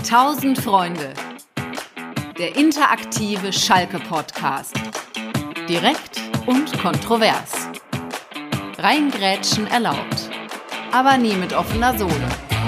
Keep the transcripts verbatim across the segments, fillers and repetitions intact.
Tausend Freunde. Der interaktive Schalke-Podcast. Direkt und kontrovers. Reingrätschen erlaubt, aber nie mit offener Sohle.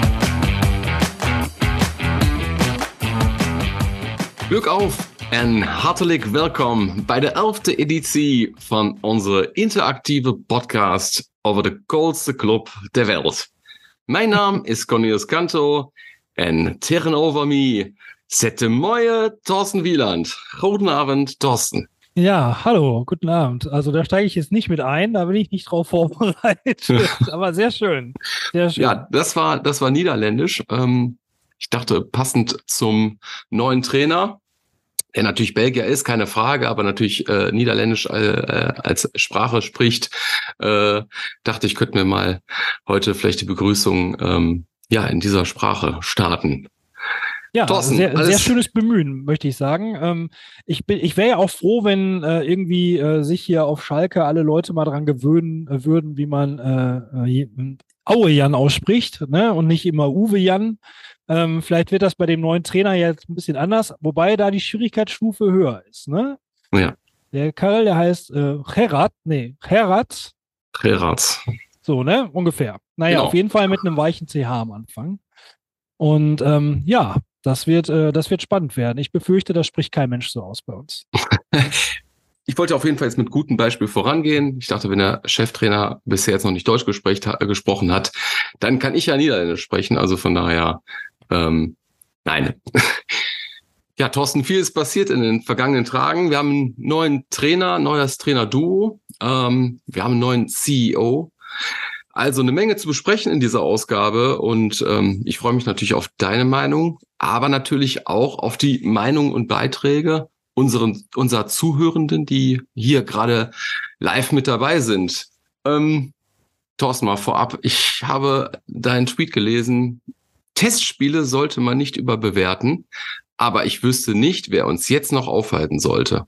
Glück auf en hartelijk welkom bij de elfde editie van onze interactieve podcast over de coolste club ter wereld. Mijn naam is Cornelius Canto en tegenover me zit de mooie Thorsten Wieland. Guten Abend, Thorsten. Ja, hallo, guten Abend. Also da steige ich jetzt nicht mit ein, da bin ich nicht drauf vorbereitet, aber sehr schön, sehr schön. Ja, das war, das war niederländisch. Ähm, ich dachte, passend zum neuen Trainer, der natürlich Belgier ist, keine Frage, aber natürlich äh, Niederländisch äh, als Sprache spricht, äh, dachte ich, könnten wir mal heute vielleicht die Begrüßung ähm, ja in dieser Sprache starten. Ja, Thorsten, sehr, alles sehr schönes Bemühen, möchte ich sagen. Ähm, ich bin, ich wäre ja auch froh, wenn äh, irgendwie äh, sich hier auf Schalke alle Leute mal dran gewöhnen äh, würden, wie man äh, äh, Aue Jan ausspricht, ne? Und nicht immer Uwe Jan. Ähm, vielleicht wird das bei dem neuen Trainer jetzt ein bisschen anders, wobei da die Schwierigkeitsstufe höher ist, ne? Ja. Der Kerl, der heißt äh, Gerard, nee, Gerard. Gerard. So, ne? Ungefähr. Naja, Genau. auf jeden Fall mit einem weichen C H am Anfang. Und ähm, ja, das wird, äh, das wird spannend werden. Ich befürchte, das spricht kein Mensch so aus bei uns. Ich wollte auf jeden Fall jetzt mit gutem Beispiel vorangehen. Ich dachte, wenn der Cheftrainer bisher jetzt noch nicht Deutsch gesprochen hat, gesprochen hat, dann kann ich ja Niederländisch sprechen. Also von daher, ähm, nein. Ja, Thorsten, viel ist passiert in den vergangenen Tagen. Wir haben einen neuen Trainer, neues Trainer-Duo. Ähm, wir haben einen neuen C E O. Also eine Menge zu besprechen in dieser Ausgabe und ähm, ich freue mich natürlich auf deine Meinung, aber natürlich auch auf die Meinung und Beiträge unseren, unserer Zuhörenden, die hier gerade live mit dabei sind. Ähm, Thorsten, mal vorab, ich habe deinen Tweet gelesen, Testspiele sollte man nicht überbewerten, aber ich wüsste nicht, wer uns jetzt noch aufhalten sollte.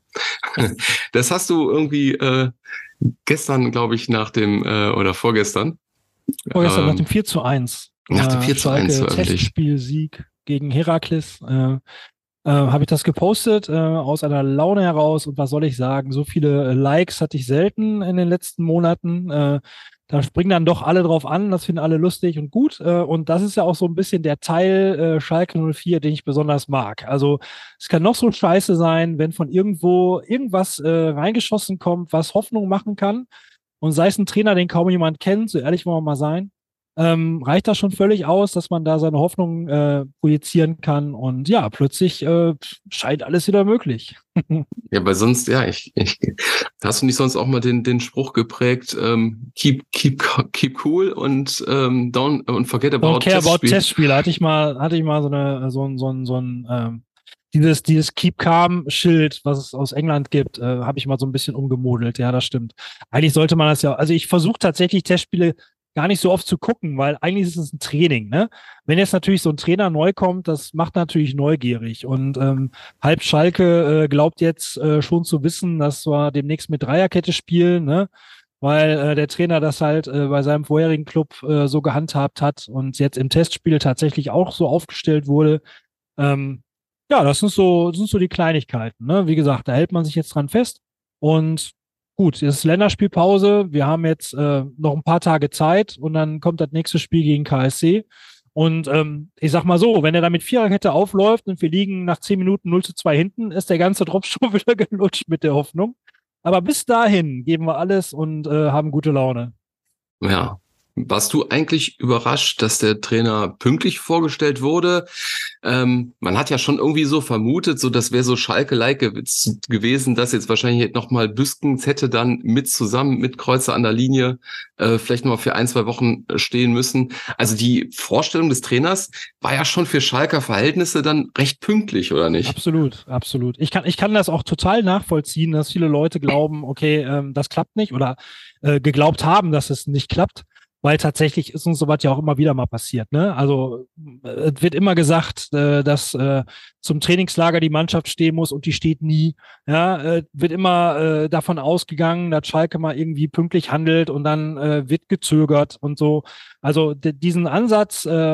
Das hast du irgendwie äh, gestern, glaube ich, nach dem, äh, oder vorgestern. Vorgestern ähm, nach dem vier zu eins. Nach dem vier zu eins Schalke veröffentlicht. Testspielsieg gegen Herakles. Äh, äh, habe ich das gepostet äh, aus einer Laune heraus und was soll ich sagen, so viele äh, Likes hatte ich selten in den letzten Monaten. Äh, da springen dann doch alle drauf an, das finden alle lustig und gut äh, und das ist ja auch so ein bisschen der Teil äh, Schalke null vier, den ich besonders mag. Also es kann noch so scheiße sein, wenn von irgendwo irgendwas äh, reingeschossen kommt, was Hoffnung machen kann und sei es ein Trainer, den kaum jemand kennt, so ehrlich wollen wir mal sein, Ähm, reicht das schon völlig aus, dass man da seine Hoffnung äh, projizieren kann und ja, plötzlich äh, scheint alles wieder möglich. Ja, weil sonst, ja, ich, ich hast du nicht sonst auch mal den den Spruch geprägt, ähm, keep keep keep cool und ähm, don't und forget about Don't care about Testspiel. Testspiele. Hatte ich mal, hatte ich mal so eine, so ein, so ein, so ein ähm, dieses, dieses Keep Calm Schild, was es aus England gibt, äh, habe ich mal so ein bisschen umgemodelt. Ja, das stimmt. Eigentlich sollte man das ja, also ich versuche tatsächlich Testspiele gar nicht so oft zu gucken, weil eigentlich ist es ein Training, ne? Wenn jetzt natürlich so ein Trainer neu kommt, das macht natürlich neugierig und ähm, halb Schalke äh, glaubt jetzt äh, schon zu wissen, dass wir demnächst mit Dreierkette spielen, ne? Weil äh, der Trainer das halt äh, bei seinem vorherigen Club äh, so gehandhabt hat und jetzt im Testspiel tatsächlich auch so aufgestellt wurde. Ähm, ja, das sind so, sind so die Kleinigkeiten, ne? Wie gesagt, da hält man sich jetzt dran fest und gut, es ist Länderspielpause. Wir haben jetzt äh, noch ein paar Tage Zeit und dann kommt das nächste Spiel gegen K S C. Und ähm, ich sag mal so, wenn er da mit Viererkette aufläuft und wir liegen nach zehn Minuten null zu zwei hinten, ist der ganze Drop schon wieder gelutscht mit der Hoffnung. Aber bis dahin geben wir alles und äh, haben gute Laune. Ja. Warst du eigentlich überrascht, dass der Trainer pünktlich vorgestellt wurde? Ähm, man hat ja schon irgendwie so vermutet, so das wäre so Schalke-like ge- gewesen, dass jetzt wahrscheinlich nochmal Büskens hätte dann mit zusammen mit Kreuzer an der Linie äh, vielleicht nochmal für ein, zwei Wochen stehen müssen. Also die Vorstellung des Trainers war ja schon für Schalker Verhältnisse dann recht pünktlich, oder nicht? Absolut, absolut. Ich kann, ich kann das auch total nachvollziehen, dass viele Leute glauben, okay, ähm, das klappt nicht oder äh, geglaubt haben, dass es nicht klappt. Weil tatsächlich ist uns sowas ja auch immer wieder mal passiert, ne? Also es wird immer gesagt, äh, dass äh, zum Trainingslager die Mannschaft stehen muss und die steht nie. Ja, äh, wird immer äh, davon ausgegangen, dass Schalke mal irgendwie pünktlich handelt und dann äh, wird gezögert und so. Also d- diesen Ansatz, äh,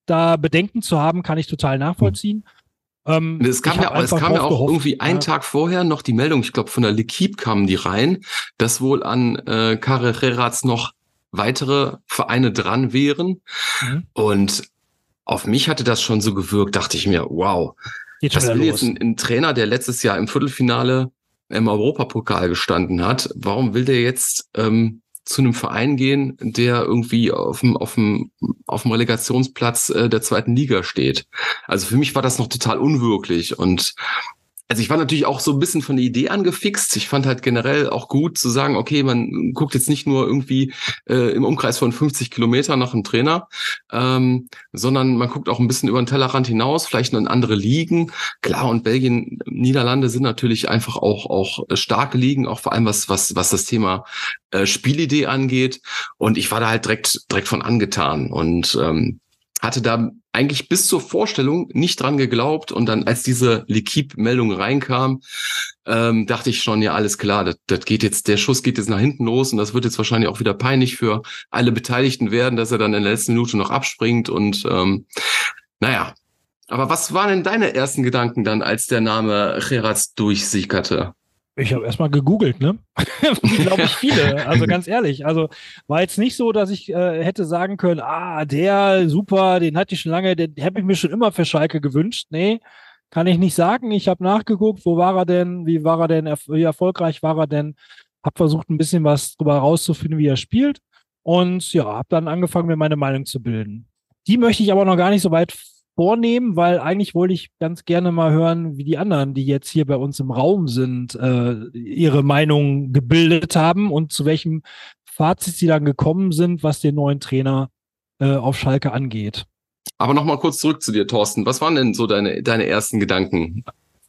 da Bedenken zu haben, kann ich total nachvollziehen. Ähm, es kam ja, es kam ja auch gehofft, irgendwie einen ja. Tag vorher noch die Meldung, ich glaube von der L'Équipe kamen die rein, dass wohl an äh, Carreras noch weitere Vereine dran wären. Mhm. Und auf mich hatte das schon so gewirkt, dachte ich mir, wow, das will jetzt ein, ein Trainer, der letztes Jahr im Viertelfinale im Europapokal gestanden hat, warum will der jetzt ähm, zu einem Verein gehen, der irgendwie auf dem, auf dem, auf dem Relegationsplatz äh, der zweiten Liga steht? Also für mich war das noch total unwirklich und also ich war natürlich auch so ein bisschen von der Idee angefixt. Ich fand halt generell auch gut zu sagen, okay, man guckt jetzt nicht nur irgendwie äh, im Umkreis von fünfzig Kilometern nach einem Trainer, ähm, sondern man guckt auch ein bisschen über den Tellerrand hinaus, vielleicht noch in andere Ligen. Klar, und Belgien, Niederlande sind natürlich einfach auch auch starke Ligen, auch vor allem was was was das Thema äh, Spielidee angeht. Und ich war da halt direkt direkt von angetan und ähm, hatte da eigentlich bis zur Vorstellung nicht dran geglaubt und dann, als diese L'Équipe-Meldung reinkam, ähm, dachte ich schon, ja, alles klar, das, das geht jetzt, der Schuss geht jetzt nach hinten los und das wird jetzt wahrscheinlich auch wieder peinlich für alle Beteiligten werden, dass er dann in der letzten Minute noch abspringt und ähm, naja. Aber was waren denn deine ersten Gedanken dann, als der Name Gerrards durchsickerte? Ich habe erstmal gegoogelt, ne? Wie glaube ich viele. Also ganz ehrlich. Also war jetzt nicht so, dass ich äh, hätte sagen können, ah, der, super, den hatte ich schon lange, den habe ich mir schon immer für Schalke gewünscht. Nee, kann ich nicht sagen. Ich habe nachgeguckt, wo war er denn, wie war er denn, wie erfolgreich war er denn? Habe versucht, ein bisschen was drüber rauszufinden, wie er spielt. Und ja, habe dann angefangen, mir meine Meinung zu bilden. Die möchte ich aber noch gar nicht so weit vornehmen, weil eigentlich wollte ich ganz gerne mal hören, wie die anderen, die jetzt hier bei uns im Raum sind, äh, ihre Meinung gebildet haben und zu welchem Fazit sie dann gekommen sind, was den neuen Trainer äh, auf Schalke angeht. Aber nochmal kurz zurück zu dir, Thorsten. Was waren denn so deine, deine ersten Gedanken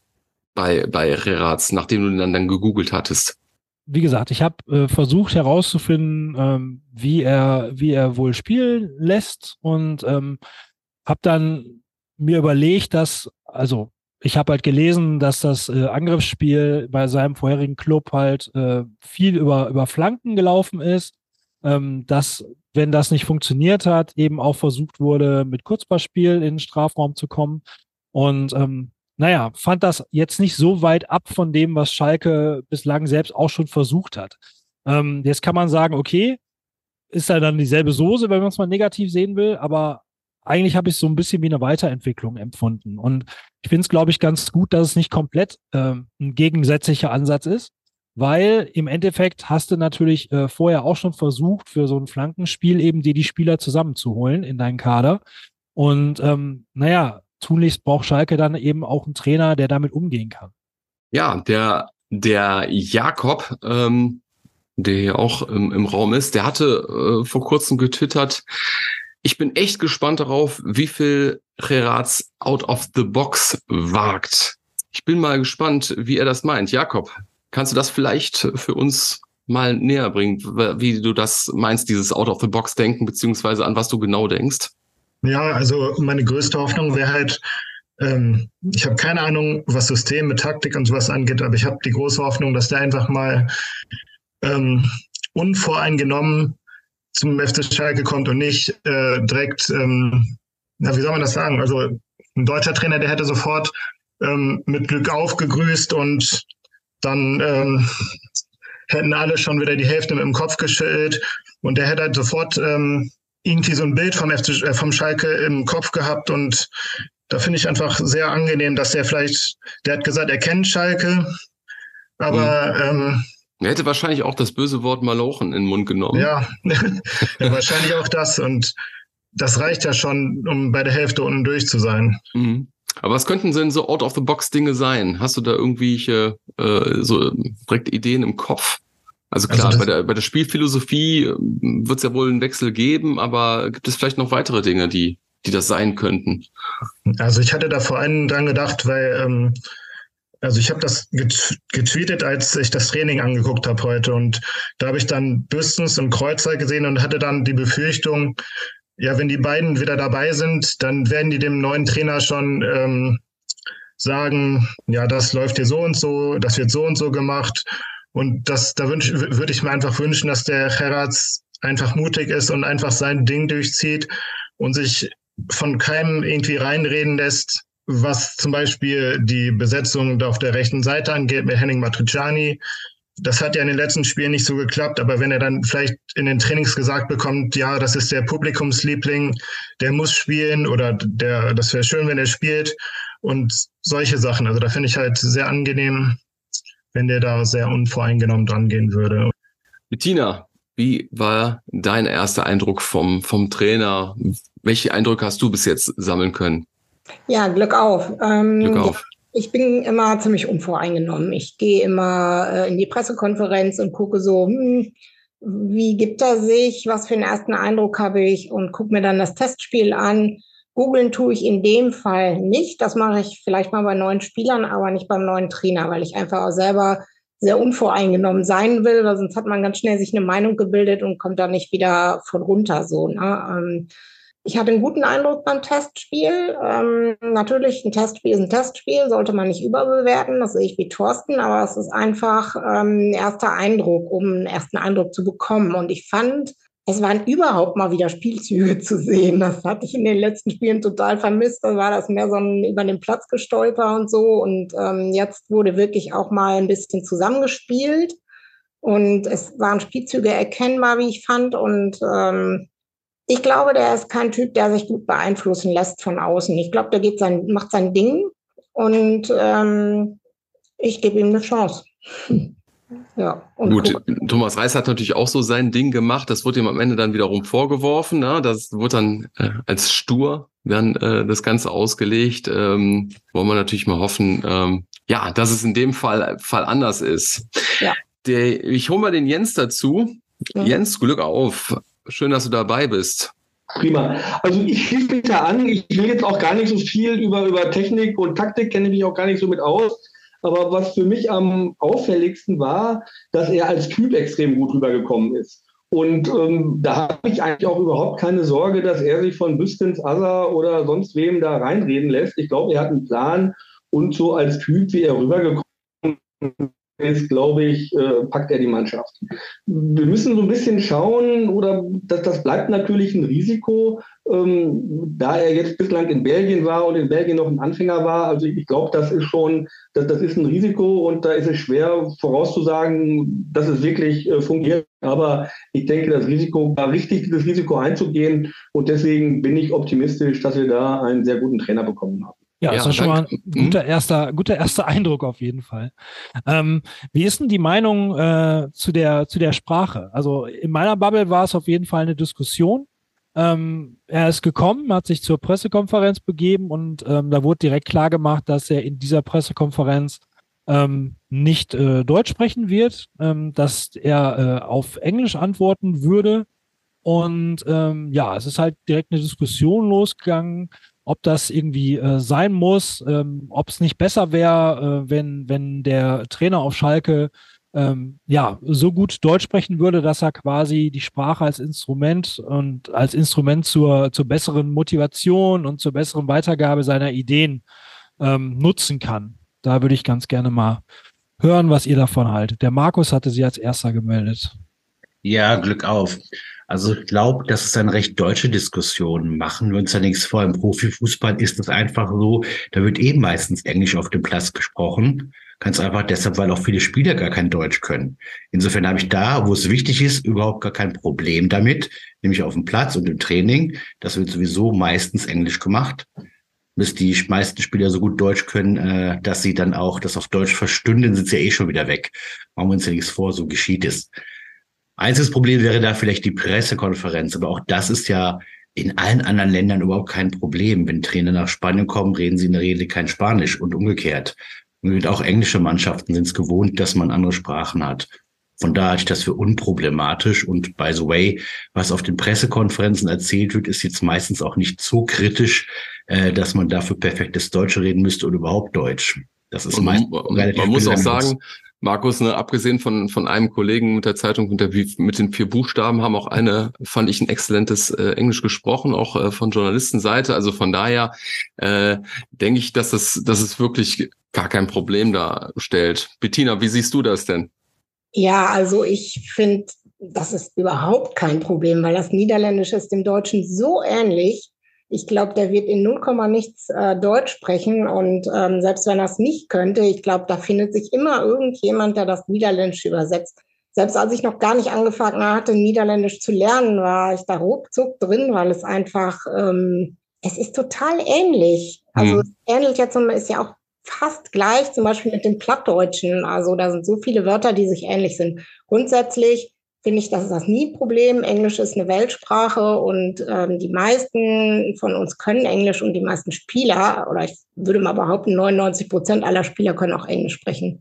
bei, bei Gerrards, nachdem du ihn dann, dann gegoogelt hattest? Wie gesagt, ich habe äh, versucht herauszufinden, ähm, wie er, wie er wohl spielen lässt und ähm, habe dann mir überlegt, dass, also ich habe halt gelesen, dass das äh, Angriffsspiel bei seinem vorherigen Club halt äh, viel über, über Flanken gelaufen ist, ähm, dass, wenn das nicht funktioniert hat, eben auch versucht wurde, mit Kurzpassspiel in den Strafraum zu kommen. Und ähm, naja, fand das jetzt nicht so weit ab von dem, was Schalke bislang selbst auch schon versucht hat. Ähm, jetzt kann man sagen, okay, ist da dann dieselbe Soße, wenn man es mal negativ sehen will, aber eigentlich habe ich es so ein bisschen wie eine Weiterentwicklung empfunden. Und ich finde es, glaube ich, ganz gut, dass es nicht komplett äh, ein gegensätzlicher Ansatz ist, weil im Endeffekt hast du natürlich äh, vorher auch schon versucht, für so ein Flankenspiel eben dir die Spieler zusammenzuholen in deinen Kader. Und ähm, naja, tunlichst braucht Schalke dann eben auch einen Trainer, der damit umgehen kann. Ja, der, der Jakob, ähm, der hier auch im, im Raum ist, der hatte äh, vor kurzem getwittert, ich bin echt gespannt darauf, wie viel Gerrards out of the box wagt. Ich bin mal gespannt, wie er das meint. Jakob, kannst du das vielleicht für uns mal näher bringen, wie du das meinst, dieses out of the box denken, beziehungsweise an was du genau denkst? Ja, also meine größte Hoffnung wäre halt, ähm, ich habe keine Ahnung, was System mit Taktik und sowas angeht, aber ich habe die große Hoffnung, dass der einfach mal ähm, unvoreingenommen zum F C Schalke kommt und nicht äh, direkt, ähm, na, wie soll man das sagen? Also ein deutscher Trainer, der hätte sofort ähm, mit Glück aufgegrüßt und dann ähm, hätten alle schon wieder die Hälfte mit dem Kopf geschüttelt und der hätte halt sofort ähm, irgendwie so ein Bild vom, F C, äh, vom Schalke im Kopf gehabt und da finde ich einfach sehr angenehm, dass der vielleicht, der hat gesagt, er kennt Schalke, aber mhm. ähm, er hätte wahrscheinlich auch das böse Wort Malochen in den Mund genommen. Ja, ja, wahrscheinlich auch das. Und das reicht ja schon, um bei der Hälfte unten durch zu sein. Mhm. Aber was könnten denn so Out-of-the-Box-Dinge sein? Hast du da irgendwelche äh, so direkt Ideen im Kopf? Also klar, also bei, der, bei der Spielphilosophie wird es ja wohl einen Wechsel geben, aber gibt es vielleicht noch weitere Dinge, die, die das sein könnten? Also ich hatte da vor allem dran gedacht, weil... Ähm, Also ich habe das getweetet, als ich das Training angeguckt habe heute und da habe ich dann Büstens und Kreuzer gesehen und hatte dann die Befürchtung, ja, wenn die beiden wieder dabei sind, dann werden die dem neuen Trainer schon ähm, sagen, ja, das läuft hier so und so, das wird so und so gemacht und das, da wünsch, würde ich mir einfach wünschen, dass der Gerrards einfach mutig ist und einfach sein Ding durchzieht und sich von keinem irgendwie reinreden lässt, was zum Beispiel die Besetzung auf der rechten Seite angeht mit Henning Matriciani. Das hat ja in den letzten Spielen nicht so geklappt, aber wenn er dann vielleicht in den Trainings gesagt bekommt, ja, das ist der Publikumsliebling, der muss spielen oder der, das wäre schön, wenn er spielt und solche Sachen. Also da finde ich halt sehr angenehm, wenn der da sehr unvoreingenommen dran gehen würde. Bettina, wie war dein erster Eindruck vom, vom Trainer? Welche Eindrücke hast du bis jetzt sammeln können? Ja, Glück auf. Ähm, Glück auf. Ja. Ich bin immer ziemlich unvoreingenommen. Ich gehe immer äh, in die Pressekonferenz und gucke so, hm, wie gibt er sich, was für einen ersten Eindruck habe ich und gucke mir dann das Testspiel an. Googeln tue ich in dem Fall nicht. Das mache ich vielleicht mal bei neuen Spielern, aber nicht beim neuen Trainer, weil ich einfach auch selber sehr unvoreingenommen sein will, weil sonst hat man ganz schnell sich eine Meinung gebildet und kommt da nicht wieder von runter. So, ne? Ähm, Ich hatte einen guten Eindruck beim Testspiel. Ähm, natürlich, ein Testspiel ist ein Testspiel, sollte man nicht überbewerten, das sehe ich wie Thorsten, aber es ist einfach ähm, ein erster Eindruck, um einen ersten Eindruck zu bekommen. Und ich fand, es waren überhaupt mal wieder Spielzüge zu sehen. Das hatte ich in den letzten Spielen total vermisst. Da war das mehr so ein über den Platz gestolper und so. Und ähm, jetzt wurde wirklich auch mal ein bisschen zusammengespielt. Und es waren Spielzüge erkennbar, wie ich fand. Und ähm, ich glaube, der ist kein Typ, der sich gut beeinflussen lässt von außen. Ich glaube, der geht sein, macht sein Ding und ähm, ich gebe ihm eine Chance. Ja, und gut, guck. Thomas Reis hat natürlich auch so sein Ding gemacht. Das wurde ihm am Ende dann wiederum vorgeworfen. Ne? Das wurde dann äh, als stur dann äh, das Ganze ausgelegt. Ähm, wollen wir natürlich mal hoffen, ähm, ja, dass es in dem Fall, Fall anders ist. Ja. Der, ich hole mal den Jens dazu. Mhm. Jens, Glück auf. Schön, dass du dabei bist. Prima. Also ich schließe mich da an. Ich will jetzt auch gar nicht so viel über, über Technik und Taktik, kenne mich auch gar nicht so mit aus. Aber was für mich am auffälligsten war, dass er als Typ extrem gut rübergekommen ist. Und ähm, da habe ich eigentlich auch überhaupt keine Sorge, dass er sich von Büskens, Azar oder sonst wem da reinreden lässt. Ich glaube, er hat einen Plan und so als Typ, wie er rübergekommen ist, glaube ich, äh, packt er die Mannschaft. Wir müssen so ein bisschen schauen, oder das, das bleibt natürlich ein Risiko, ähm, da er jetzt bislang in Belgien war und in Belgien noch ein Anfänger war. Also ich, ich glaube, das ist schon, das, das ist ein Risiko und da ist es schwer vorauszusagen, dass es wirklich äh, funktioniert. Aber ich denke, das Risiko war richtig, dieses Risiko einzugehen und deswegen bin ich optimistisch, dass wir da einen sehr guten Trainer bekommen haben. Ja, ja, ist doch schon mal ein guter erster, guter erster Eindruck auf jeden Fall. Ähm, wie ist denn die Meinung äh, zu der zu der Sprache? Also in meiner Bubble war es auf jeden Fall eine Diskussion. Ähm, er ist gekommen, hat sich zur Pressekonferenz begeben und ähm, da wurde direkt klar gemacht, dass er in dieser Pressekonferenz ähm, nicht äh, Deutsch sprechen wird, ähm, dass er äh, auf Englisch antworten würde. Und ähm, ja, es ist halt direkt eine Diskussion losgegangen, ob das irgendwie äh, sein muss, ähm, ob es nicht besser wäre, äh, wenn, wenn der Trainer auf Schalke ähm, ja so gut Deutsch sprechen würde, dass er quasi die Sprache als Instrument und als Instrument zur, zur besseren Motivation und zur besseren Weitergabe seiner Ideen ähm, nutzen kann. Da würde ich ganz gerne mal hören, was ihr davon haltet. Der Markus hatte sie als erster gemeldet. Ja, Glück auf. Also ich glaube, das ist eine recht deutsche Diskussion. Machen wir uns ja nichts vor. Im Profifußball ist es einfach so, da wird eben meistens Englisch auf dem Platz gesprochen. Ganz einfach deshalb, weil auch viele Spieler gar kein Deutsch können. Insofern habe ich da, wo es wichtig ist, überhaupt gar kein Problem damit, nämlich auf dem Platz und im Training. Das wird sowieso meistens Englisch gemacht. Bis die meisten Spieler so gut Deutsch können, äh, dass sie dann auch das auf Deutsch verstünden, sind sie ja eh schon wieder weg. Machen wir uns ja nichts vor, so geschieht es. Einziges Problem wäre da vielleicht die Pressekonferenz, aber auch das ist ja in allen anderen Ländern überhaupt kein Problem. Wenn Trainer nach Spanien kommen, reden sie in der Regel kein Spanisch und umgekehrt. Und auch englische Mannschaften sind es gewohnt, dass man andere Sprachen hat. Von daher halte ich das für unproblematisch. Und by the way, was auf den Pressekonferenzen erzählt wird, ist jetzt meistens auch nicht so kritisch, äh, dass man dafür perfektes Deutsch reden müsste oder überhaupt Deutsch. Das ist meistens relativ. Man muss auch sagen, Markus, ne, abgesehen von von einem Kollegen mit der Zeitung mit, der, mit den vier Buchstaben, haben auch eine, fand ich, ein exzellentes äh, Englisch gesprochen, auch äh, von Journalistenseite. Also von daher äh, denke ich, dass es, dass es wirklich gar kein Problem darstellt. Bettina, wie siehst du das denn? Ja, also ich finde, das ist überhaupt kein Problem, weil das Niederländische ist dem Deutschen so ähnlich. Ich glaube, der wird in null Komma nichts äh, Deutsch sprechen und ähm, selbst wenn er es nicht könnte, ich glaube, da findet sich immer irgendjemand, der das Niederländisch übersetzt. Selbst als ich noch gar nicht angefangen hatte, Niederländisch zu lernen, war ich da ruckzuck drin, weil es einfach, ähm, es ist total ähnlich. Also Mhm. es ähnelt ja zum, ist ja auch fast gleich, zum Beispiel mit dem Plattdeutschen. Also da sind so viele Wörter, die sich ähnlich sind. Grundsätzlich finde ich, das ist das nie ein Problem. Englisch ist eine Weltsprache und ähm, die meisten von uns können Englisch und die meisten Spieler, oder ich würde mal behaupten, neunundneunzig Prozent aller Spieler können auch Englisch sprechen.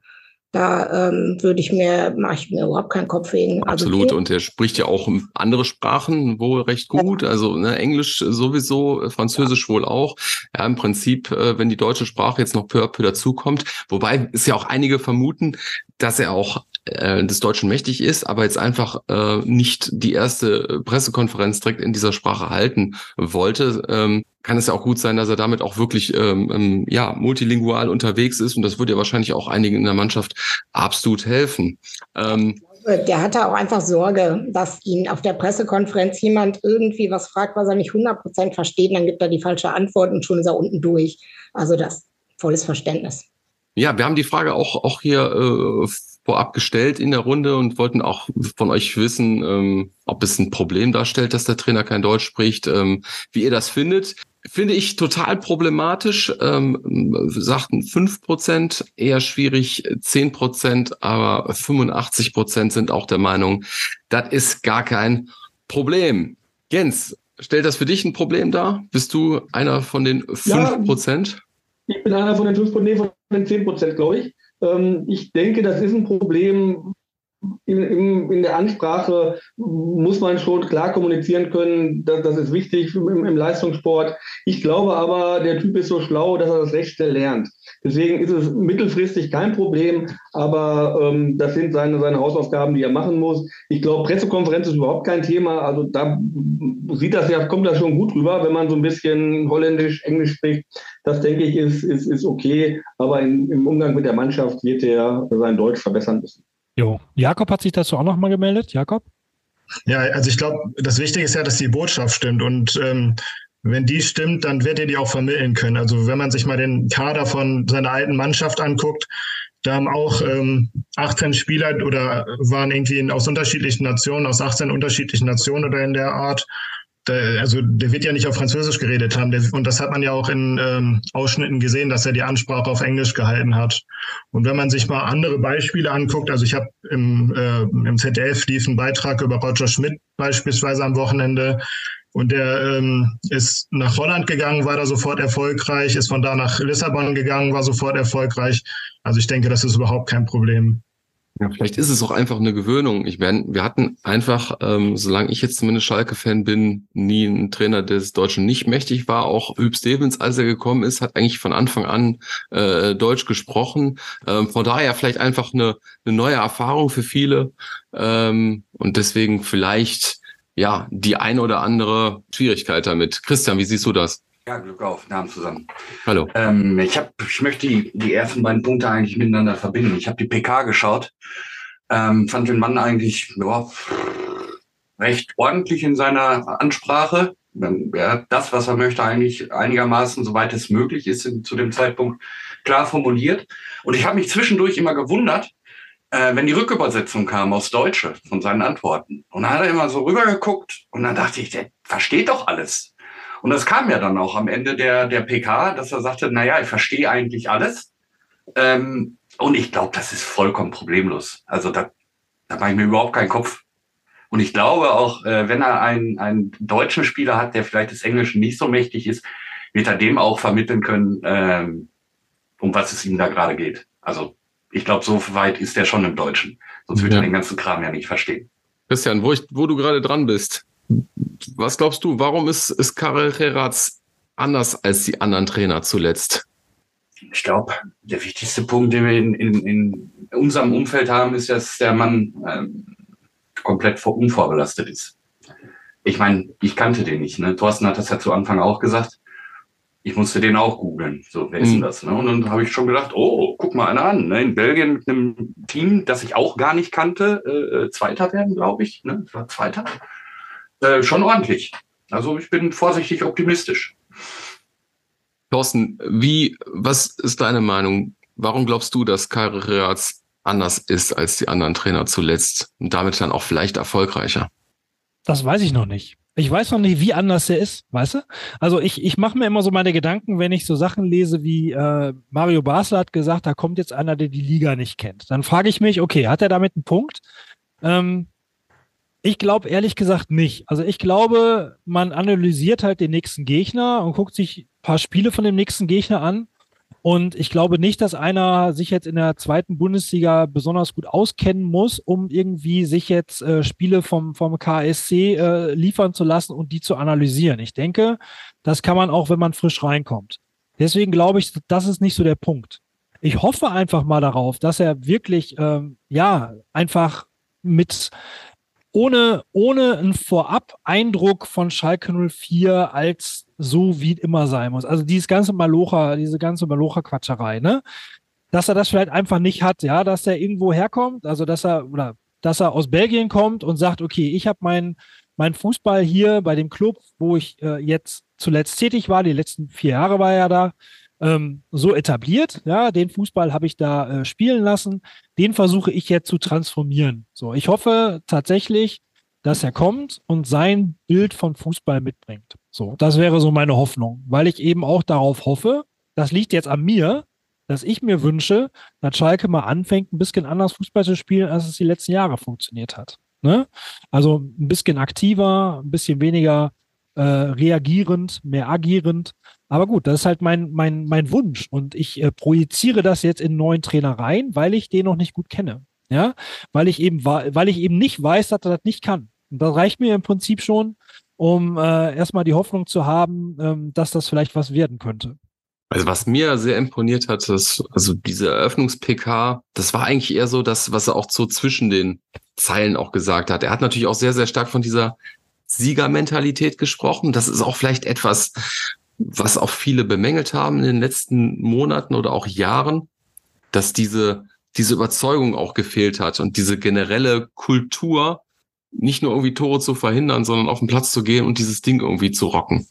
Da ähm, würde ich mir, mache ich mir überhaupt keinen Kopf wegen. Absolut. Also, und er spricht ja auch andere Sprachen wohl recht gut. Also ne, Englisch sowieso, Französisch wohl auch. Ja, im Prinzip, äh, wenn die deutsche Sprache jetzt noch peu à peu dazukommt. Wobei es ja auch einige vermuten, dass er auch äh, des Deutschen mächtig ist, aber jetzt einfach äh, nicht die erste Pressekonferenz direkt in dieser Sprache halten wollte. Ähm, kann es ja auch gut sein, dass er damit auch wirklich ähm, ähm, ja multilingual unterwegs ist. Und das würde ja wahrscheinlich auch einigen in der Mannschaft absolut helfen. Ähm, der hatte auch einfach Sorge, dass ihn auf der Pressekonferenz jemand irgendwie was fragt, was er nicht hundert Prozent versteht, dann gibt er die falsche Antwort und schon ist er unten durch. Also das volles Verständnis. Ja, wir haben die Frage auch auch hier äh, vorab gestellt in der Runde und wollten auch von euch wissen, ähm, ob es ein Problem darstellt, dass der Trainer kein Deutsch spricht, ähm, wie ihr das findet. Finde ich total problematisch, ähm, sagten fünf Prozent, eher schwierig, zehn Prozent, aber fünfundachtzig Prozent sind auch der Meinung, das ist gar kein Problem. Jens, stellt das für dich ein Problem dar? Bist du einer von den fünf Prozent? Ja, ich bin einer von den fünf Prozent, nee, von den zehn Prozent, glaube ich. Ähm, ich denke, das ist ein Problem. In, in, in der Ansprache muss man schon klar kommunizieren können, das, das ist wichtig im, im Leistungssport. Ich glaube aber, der Typ ist so schlau, dass er das recht schnell lernt. Deswegen ist es mittelfristig kein Problem, aber ähm, das sind seine, seine Hausaufgaben, die er machen muss. Ich glaube, Pressekonferenz ist überhaupt kein Thema. Also da sieht das ja, kommt das schon gut rüber, wenn man so ein bisschen Holländisch, Englisch spricht. Das, denke ich, ist, ist, ist okay. Aber in, im Umgang mit der Mannschaft wird er sein Deutsch verbessern müssen. Jo. Jakob hat sich dazu auch nochmal gemeldet. Jakob? Ja, also ich glaube, das Wichtige ist ja, dass die Botschaft stimmt. Und ähm, wenn die stimmt, dann wird ihr die auch vermitteln können. Also wenn man sich mal den Kader von seiner alten Mannschaft anguckt, da haben auch ähm, achtzehn Spieler oder waren irgendwie in, aus unterschiedlichen Nationen, aus achtzehn unterschiedlichen Nationen oder in der Art. Der, also der wird ja nicht auf Französisch geredet haben. Der, und das hat man ja auch in ähm, Ausschnitten gesehen, dass er die Ansprache auf Englisch gehalten hat. Und wenn man sich mal andere Beispiele anguckt, also ich habe im, äh, im Z D F lief ein Beitrag über Roger Schmidt beispielsweise am Wochenende. Und der ähm, ist nach Holland gegangen, war da sofort erfolgreich, ist von da nach Lissabon gegangen, war sofort erfolgreich. Also ich denke, das ist überhaupt kein Problem. Ja, vielleicht ist es auch einfach eine Gewöhnung. Ich meine, wir hatten einfach, ähm, solange ich jetzt zumindest Schalke-Fan bin, nie einen Trainer, der des Deutschen nicht mächtig war. Auch Huub Stevens, als er gekommen ist, hat eigentlich von Anfang an äh, Deutsch gesprochen. Ähm, von daher vielleicht einfach eine, eine neue Erfahrung für viele. Ähm, und deswegen vielleicht ja die ein oder andere Schwierigkeit damit. Christian, wie siehst du das? Ja, Glück auf, Namen zusammen. Hallo. Ähm, ich, hab, ich möchte die, die ersten beiden Punkte eigentlich miteinander verbinden. Ich habe die P K geschaut, ähm, fand den Mann eigentlich ja, recht ordentlich in seiner Ansprache. Er hat das, was er möchte, eigentlich einigermaßen, soweit es möglich ist, in, zu dem Zeitpunkt klar formuliert. Und ich habe mich zwischendurch immer gewundert, äh, wenn die Rückübersetzung kam aus Deutsche von seinen Antworten. Und dann hat er immer so rübergeguckt und dann dachte ich, der versteht doch alles. Und das kam ja dann auch am Ende der, der P K, dass er sagte, naja, ich verstehe eigentlich alles. Ähm, und ich glaube, das ist vollkommen problemlos. Also da, da mache ich mir überhaupt keinen Kopf. Und ich glaube auch, äh, wenn er einen, einen deutschen Spieler hat, der vielleicht des Englischen nicht so mächtig ist, wird er dem auch vermitteln können, ähm, um was es ihm da gerade geht. Also ich glaube, so weit ist er schon im Deutschen. Sonst wird ja. er den ganzen Kram ja nicht verstehen. Christian, wo, ich, wo du gerade dran bist, was glaubst du, warum ist, ist Karel Gerrards anders als die anderen Trainer zuletzt? Ich glaube, der wichtigste Punkt, den wir in, in, in unserem Umfeld haben, ist, dass der Mann ähm, komplett vor, unvorbelastet ist. Ich meine, ich kannte den nicht. Ne? Thorsten hat das ja zu Anfang auch gesagt. Ich musste den auch googeln. So, wer ist denn das? Ne? Und dann habe ich schon gedacht, oh, guck mal einer an. Ne? In Belgien mit einem Team, das ich auch gar nicht kannte, äh, Zweiter werden, glaube ich. Ne? Das war Zweiter. Äh, schon ordentlich. Also ich bin vorsichtig optimistisch. Thorsten, wie, was ist deine Meinung? Warum glaubst du, dass Kai Havertz anders ist als die anderen Trainer zuletzt und damit dann auch vielleicht erfolgreicher? Das weiß ich noch nicht. Ich weiß noch nicht, wie anders er ist, weißt du? Also ich, ich mache mir immer so meine Gedanken, wenn ich so Sachen lese wie äh, Mario Basler hat gesagt, da kommt jetzt einer, der die Liga nicht kennt. Dann frage ich mich, okay, hat er damit einen Punkt? Ähm, ich glaube ehrlich gesagt nicht. Also ich glaube, man analysiert halt den nächsten Gegner und guckt sich ein paar Spiele von dem nächsten Gegner an. Und ich glaube nicht, dass einer sich jetzt in der zweiten Bundesliga besonders gut auskennen muss, um irgendwie sich jetzt äh, Spiele vom, vom K S C äh, liefern zu lassen und die zu analysieren. Ich denke, das kann man auch, wenn man frisch reinkommt. Deswegen glaube ich, das ist nicht so der Punkt. Ich hoffe einfach mal darauf, dass er wirklich, ähm, ja, einfach mit ohne, ohne einen Vorab-Eindruck von Schalke null vier als so wie immer sein muss. Also dieses ganze Malocha, diese ganze Malocha-Quatscherei, ne? Dass er das vielleicht einfach nicht hat, ja, dass er irgendwo herkommt, also dass er, oder dass er aus Belgien kommt und sagt, okay, ich habe meinen mein Fußball hier bei dem Club, wo ich äh, jetzt zuletzt tätig war, die letzten vier Jahre war er da, ähm, so etabliert, ja, den Fußball habe ich da äh, spielen lassen, den versuche ich jetzt zu transformieren. So, ich hoffe tatsächlich, dass er kommt und sein Bild von Fußball mitbringt. So, das wäre so meine Hoffnung, weil ich eben auch darauf hoffe, das liegt jetzt an mir, dass ich mir wünsche, dass Schalke mal anfängt, ein bisschen anders Fußball zu spielen, als es die letzten Jahre funktioniert hat. Ne? Also ein bisschen aktiver, ein bisschen weniger äh, reagierend, mehr agierend. Aber gut, das ist halt mein, mein, mein Wunsch. Und ich äh, projiziere das jetzt in neuen Trainer rein, weil ich den noch nicht gut kenne. Ja, weil ich eben, weil ich eben nicht weiß, dass er das nicht kann. Und das reicht mir im Prinzip schon, um äh, erstmal die Hoffnung zu haben, ähm, dass das vielleicht was werden könnte. Also was mir sehr imponiert hat, ist, also diese Eröffnungs-P K, das war eigentlich eher so das, was er auch so zwischen den Zeilen auch gesagt hat. Er hat natürlich auch sehr, sehr stark von dieser Siegermentalität gesprochen. Das ist auch vielleicht etwas, was auch viele bemängelt haben in den letzten Monaten oder auch Jahren, dass diese, diese Überzeugung auch gefehlt hat und diese generelle Kultur, nicht nur irgendwie Tore zu verhindern, sondern auf den Platz zu gehen und dieses Ding irgendwie zu rocken.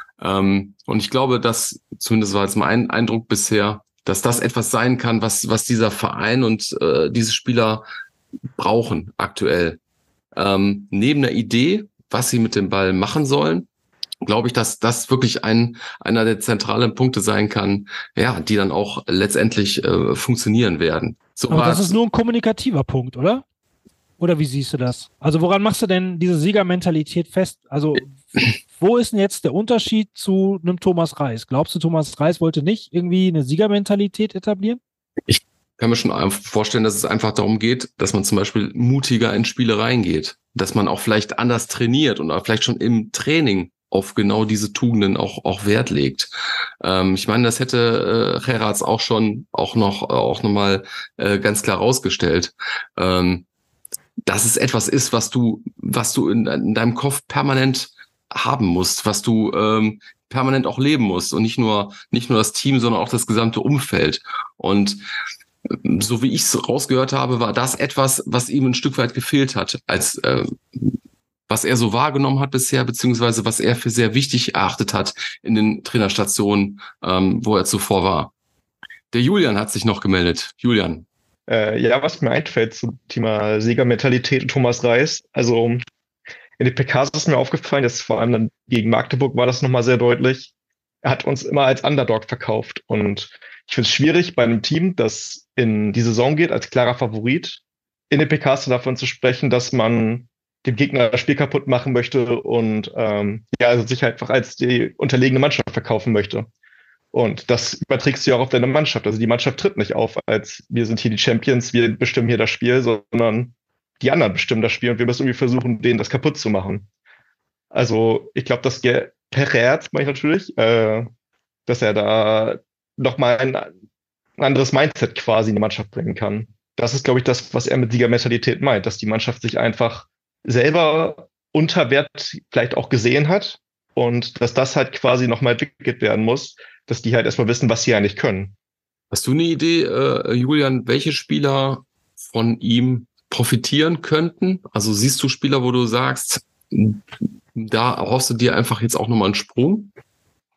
Ähm, und ich glaube, dass, zumindest war jetzt mein Eindruck bisher, dass das etwas sein kann, was, was dieser Verein und äh, diese Spieler brauchen aktuell. Ähm, neben der Idee, was sie mit dem Ball machen sollen, glaube ich, dass das wirklich ein einer der zentralen Punkte sein kann, ja, die dann auch letztendlich äh, funktionieren werden. So Aber das ist nur ein kommunikativer Punkt, oder? Oder wie siehst du das? Also woran machst du denn diese Siegermentalität fest? Also wo ist denn jetzt der Unterschied zu einem Thomas Reis? Glaubst du, Thomas Reis wollte nicht irgendwie eine Siegermentalität etablieren? Ich kann mir schon vorstellen, dass es einfach darum geht, dass man zum Beispiel mutiger in Spiele reingeht, dass man auch vielleicht anders trainiert und auch vielleicht schon im Training auf genau diese Tugenden auch auch Wert legt. Ähm, ich meine, das hätte äh, Havertz auch schon auch noch auch noch mal äh, ganz klar rausgestellt. Ähm, dass es etwas ist, was du, was du in, in deinem Kopf permanent haben musst, was du ähm, permanent auch leben musst und nicht nur, nicht nur das Team, sondern auch das gesamte Umfeld. Und so wie ich es rausgehört habe, war das etwas, was ihm ein Stück weit gefehlt hat, als äh, was er so wahrgenommen hat bisher, beziehungsweise was er für sehr wichtig erachtet hat in den Trainerstationen, ähm, wo er zuvor war. Der Julian hat sich noch gemeldet. Julian. Äh, ja, was mir einfällt zum Thema Siegermentalität und Thomas Reis. Also in den P Ks ist mir aufgefallen, dass vor allem dann gegen Magdeburg war das nochmal sehr deutlich. Er hat uns immer als Underdog verkauft. Und ich finde es schwierig bei einem Team, das in die Saison geht als klarer Favorit, in den P Ks davon zu sprechen, dass man dem Gegner das Spiel kaputt machen möchte und ähm, ja, also sich einfach als die unterlegene Mannschaft verkaufen möchte. Und das überträgst du ja auch auf deine Mannschaft. Also die Mannschaft tritt nicht auf, als wir sind hier die Champions, wir bestimmen hier das Spiel, sondern die anderen bestimmen das Spiel und wir müssen irgendwie versuchen, denen das kaputt zu machen. Also ich glaube, dass per Herz, meine ich natürlich, äh, dass er da nochmal ein, ein anderes Mindset quasi in die Mannschaft bringen kann. Das ist, glaube ich, das, was er mit Siegermentalität meint, dass die Mannschaft sich einfach selber unter Wert vielleicht auch gesehen hat und dass das halt quasi nochmal entwickelt werden muss, dass die halt erstmal wissen, was sie eigentlich können. Hast du eine Idee, äh, Julian, welche Spieler von ihm profitieren könnten? Also siehst du Spieler, wo du sagst, da erhoffst du dir einfach jetzt auch nochmal einen Sprung?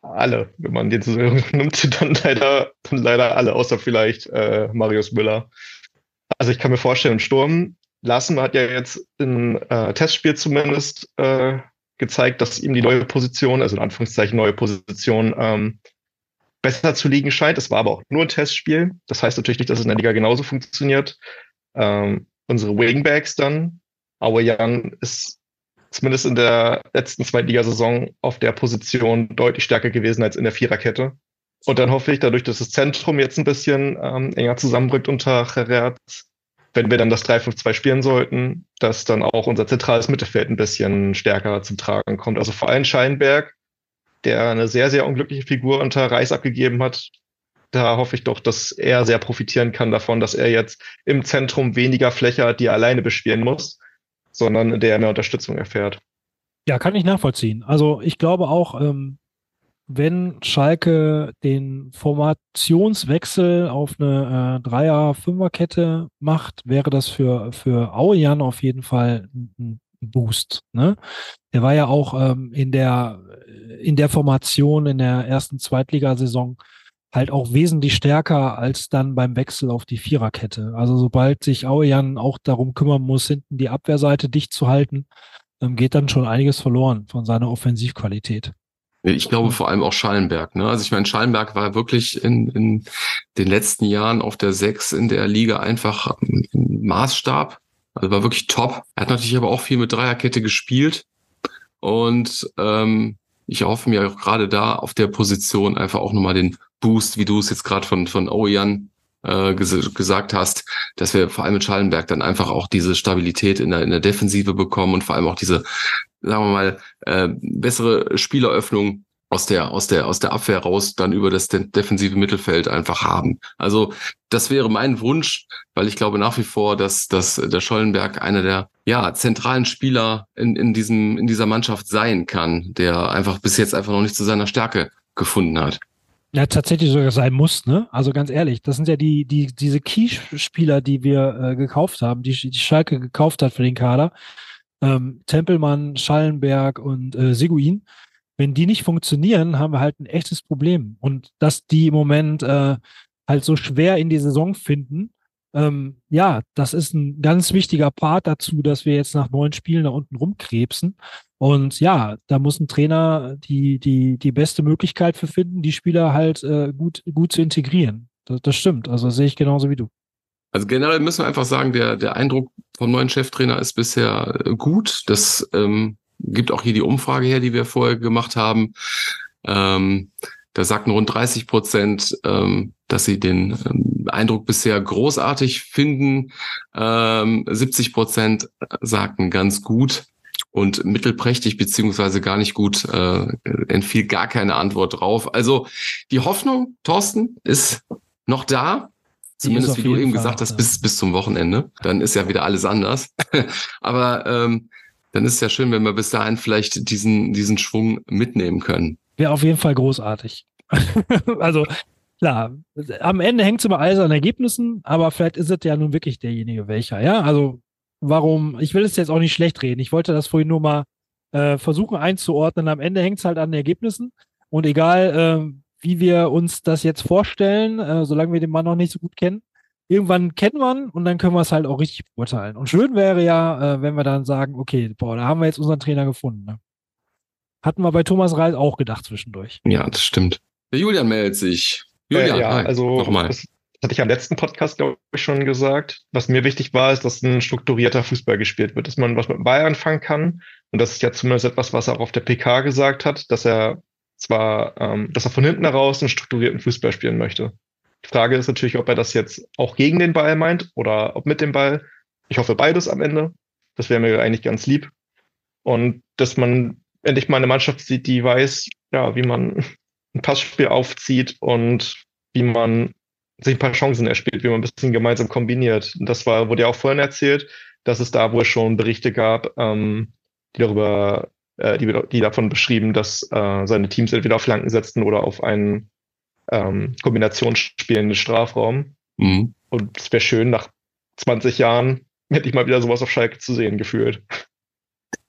alle, wenn man den so nimmt, dann leider, dann leider alle, außer vielleicht äh, Marius Müller. Also ich kann mir vorstellen, im Sturm, Larsen hat ja jetzt im äh, Testspiel zumindest äh, gezeigt, dass ihm die neue Position, also in Anführungszeichen neue Position, ähm, besser zu liegen scheint. Es war aber auch nur ein Testspiel. Das heißt natürlich nicht, dass es in der Liga genauso funktioniert. Ähm, unsere Wingbacks dann, Aubameyang ist zumindest in der letzten Zweitligasaison auf der Position deutlich stärker gewesen als in der Viererkette. Und dann hoffe ich, dadurch, dass das Zentrum jetzt ein bisschen ähm, enger zusammenrückt unter Herrerz, wenn wir dann das drei fünf zwei spielen sollten, dass dann auch unser zentrales Mittelfeld ein bisschen stärker zum Tragen kommt. Also vor allem Scheinberg, der eine sehr, sehr unglückliche Figur unter Reis abgegeben hat. Da hoffe ich doch, dass er sehr profitieren kann davon, dass er jetzt im Zentrum weniger Fläche hat, die er alleine bespielen muss, sondern der mehr Unterstützung erfährt. Ja, kann ich nachvollziehen. Also ich glaube auch, ähm, wenn Schalke den Formationswechsel auf eine äh, Dreier-Fünfer-Kette macht, wäre das für, für Aurian auf jeden Fall ein Boost. Ne? Der war ja auch ähm, in der, in der Formation in der ersten Zweitligasaison halt auch wesentlich stärker als dann beim Wechsel auf die Viererkette. Also sobald sich Aurian auch darum kümmern muss, hinten die Abwehrseite dicht zu halten, ähm, geht dann schon einiges verloren von seiner Offensivqualität. Ich glaube vor allem auch Schallenberg. Ne? Also ich meine, Schallenberg war wirklich in, in den letzten Jahren auf der Sechs in der Liga einfach ein Maßstab. Also war wirklich top. Er hat natürlich aber auch viel mit Dreierkette gespielt. Und ähm, ich erhoffe mir auch gerade da auf der Position einfach auch nochmal den Boost, wie du es jetzt gerade von von Aurian äh, ges- gesagt hast, dass wir vor allem mit Schallenberg dann einfach auch diese Stabilität in der in der Defensive bekommen und vor allem auch diese, sagen wir mal, äh, bessere Spieleröffnung aus der aus der aus der Abwehr raus dann über das de- defensive Mittelfeld einfach haben. Also das wäre mein Wunsch, weil ich glaube nach wie vor, dass dass der Schollenberg einer der ja zentralen Spieler in in diesem in dieser Mannschaft sein kann, der einfach bis jetzt einfach noch nicht zu seiner Stärke gefunden hat. Ja, tatsächlich sogar sein muss, ne? Also ganz ehrlich, das sind ja die, die, diese Key-Spieler, die wir äh, gekauft haben, die, die Schalke gekauft hat für den Kader. Ähm, Tempelmann, Schallenberg und äh, Seguin. Wenn die nicht funktionieren, haben wir halt ein echtes Problem. Und dass die im Moment äh, halt so schwer in die Saison finden, ähm, ja, das ist ein ganz wichtiger Part dazu, dass wir jetzt nach neun Spielen da unten rumkrebsen. Und ja, da muss ein Trainer die, die, die beste Möglichkeit für finden, die Spieler halt äh, gut, gut zu integrieren. Das, das stimmt. Also das sehe ich genauso wie du. Also generell müssen wir einfach sagen, der, der Eindruck vom neuen Cheftrainer ist bisher gut. Das ähm, gibt auch hier die Umfrage her, die wir vorher gemacht haben. Ähm, da sagten rund dreißig Prozent, ähm, dass sie den ähm, Eindruck bisher großartig finden. Ähm, siebzig Prozent sagten ganz gut. Und mittelprächtig beziehungsweise gar nicht gut, äh, entfiel gar keine Antwort drauf. Also die Hoffnung, Thorsten, ist noch da. Zumindest wie du eben Fall, gesagt hast, ja. bis bis zum Wochenende. Dann ist ja wieder alles anders. Aber ähm, dann ist es ja schön, wenn wir bis dahin vielleicht diesen diesen Schwung mitnehmen können. Wäre auf jeden Fall großartig. Also klar, am Ende hängt es immer alles an Ergebnissen, aber vielleicht ist es ja nun wirklich derjenige welcher. Ja, also warum, ich will es jetzt auch nicht schlecht reden. Ich wollte das vorhin nur mal äh, versuchen einzuordnen. Am Ende hängt es halt an Ergebnissen. Und egal, äh, wie wir uns das jetzt vorstellen, äh, solange wir den Mann noch nicht so gut kennen, irgendwann kennen wir ihn und dann können wir es halt auch richtig beurteilen. Und schön wäre ja, äh, wenn wir dann sagen, okay, boah, da haben wir jetzt unseren Trainer gefunden. Ne? Hatten wir bei Thomas Reis auch gedacht zwischendurch. Ja, das stimmt. Der Julian meldet sich. Julian, äh, ja, hi, also nochmal. Das hatte ich am letzten Podcast, glaube ich, schon gesagt. Was mir wichtig war, ist, dass ein strukturierter Fußball gespielt wird, dass man was mit dem Ball anfangen kann. Und das ist ja zumindest etwas, was er auch auf der P K gesagt hat, dass er zwar, ähm, dass er von hinten heraus einen strukturierten Fußball spielen möchte. Die Frage ist natürlich, ob er das jetzt auch gegen den Ball meint oder ob mit dem Ball. Ich hoffe beides am Ende. Das wäre mir eigentlich ganz lieb. Und dass man endlich mal eine Mannschaft sieht, die weiß, ja, wie man ein Passspiel aufzieht und wie man sich ein paar Chancen erspielt, wie man ein bisschen gemeinsam kombiniert. Und das war, wurde ja auch vorhin erzählt, dass es da wohl schon Berichte gab, ähm, die darüber, äh, die, die davon beschrieben, dass äh, seine Teams entweder auf Flanken setzten oder auf einen ähm, Kombinationsspiel in den Strafraum. Mhm. Und es wäre schön, nach zwanzig Jahren hätte ich mal wieder sowas auf Schalke zu sehen gefühlt.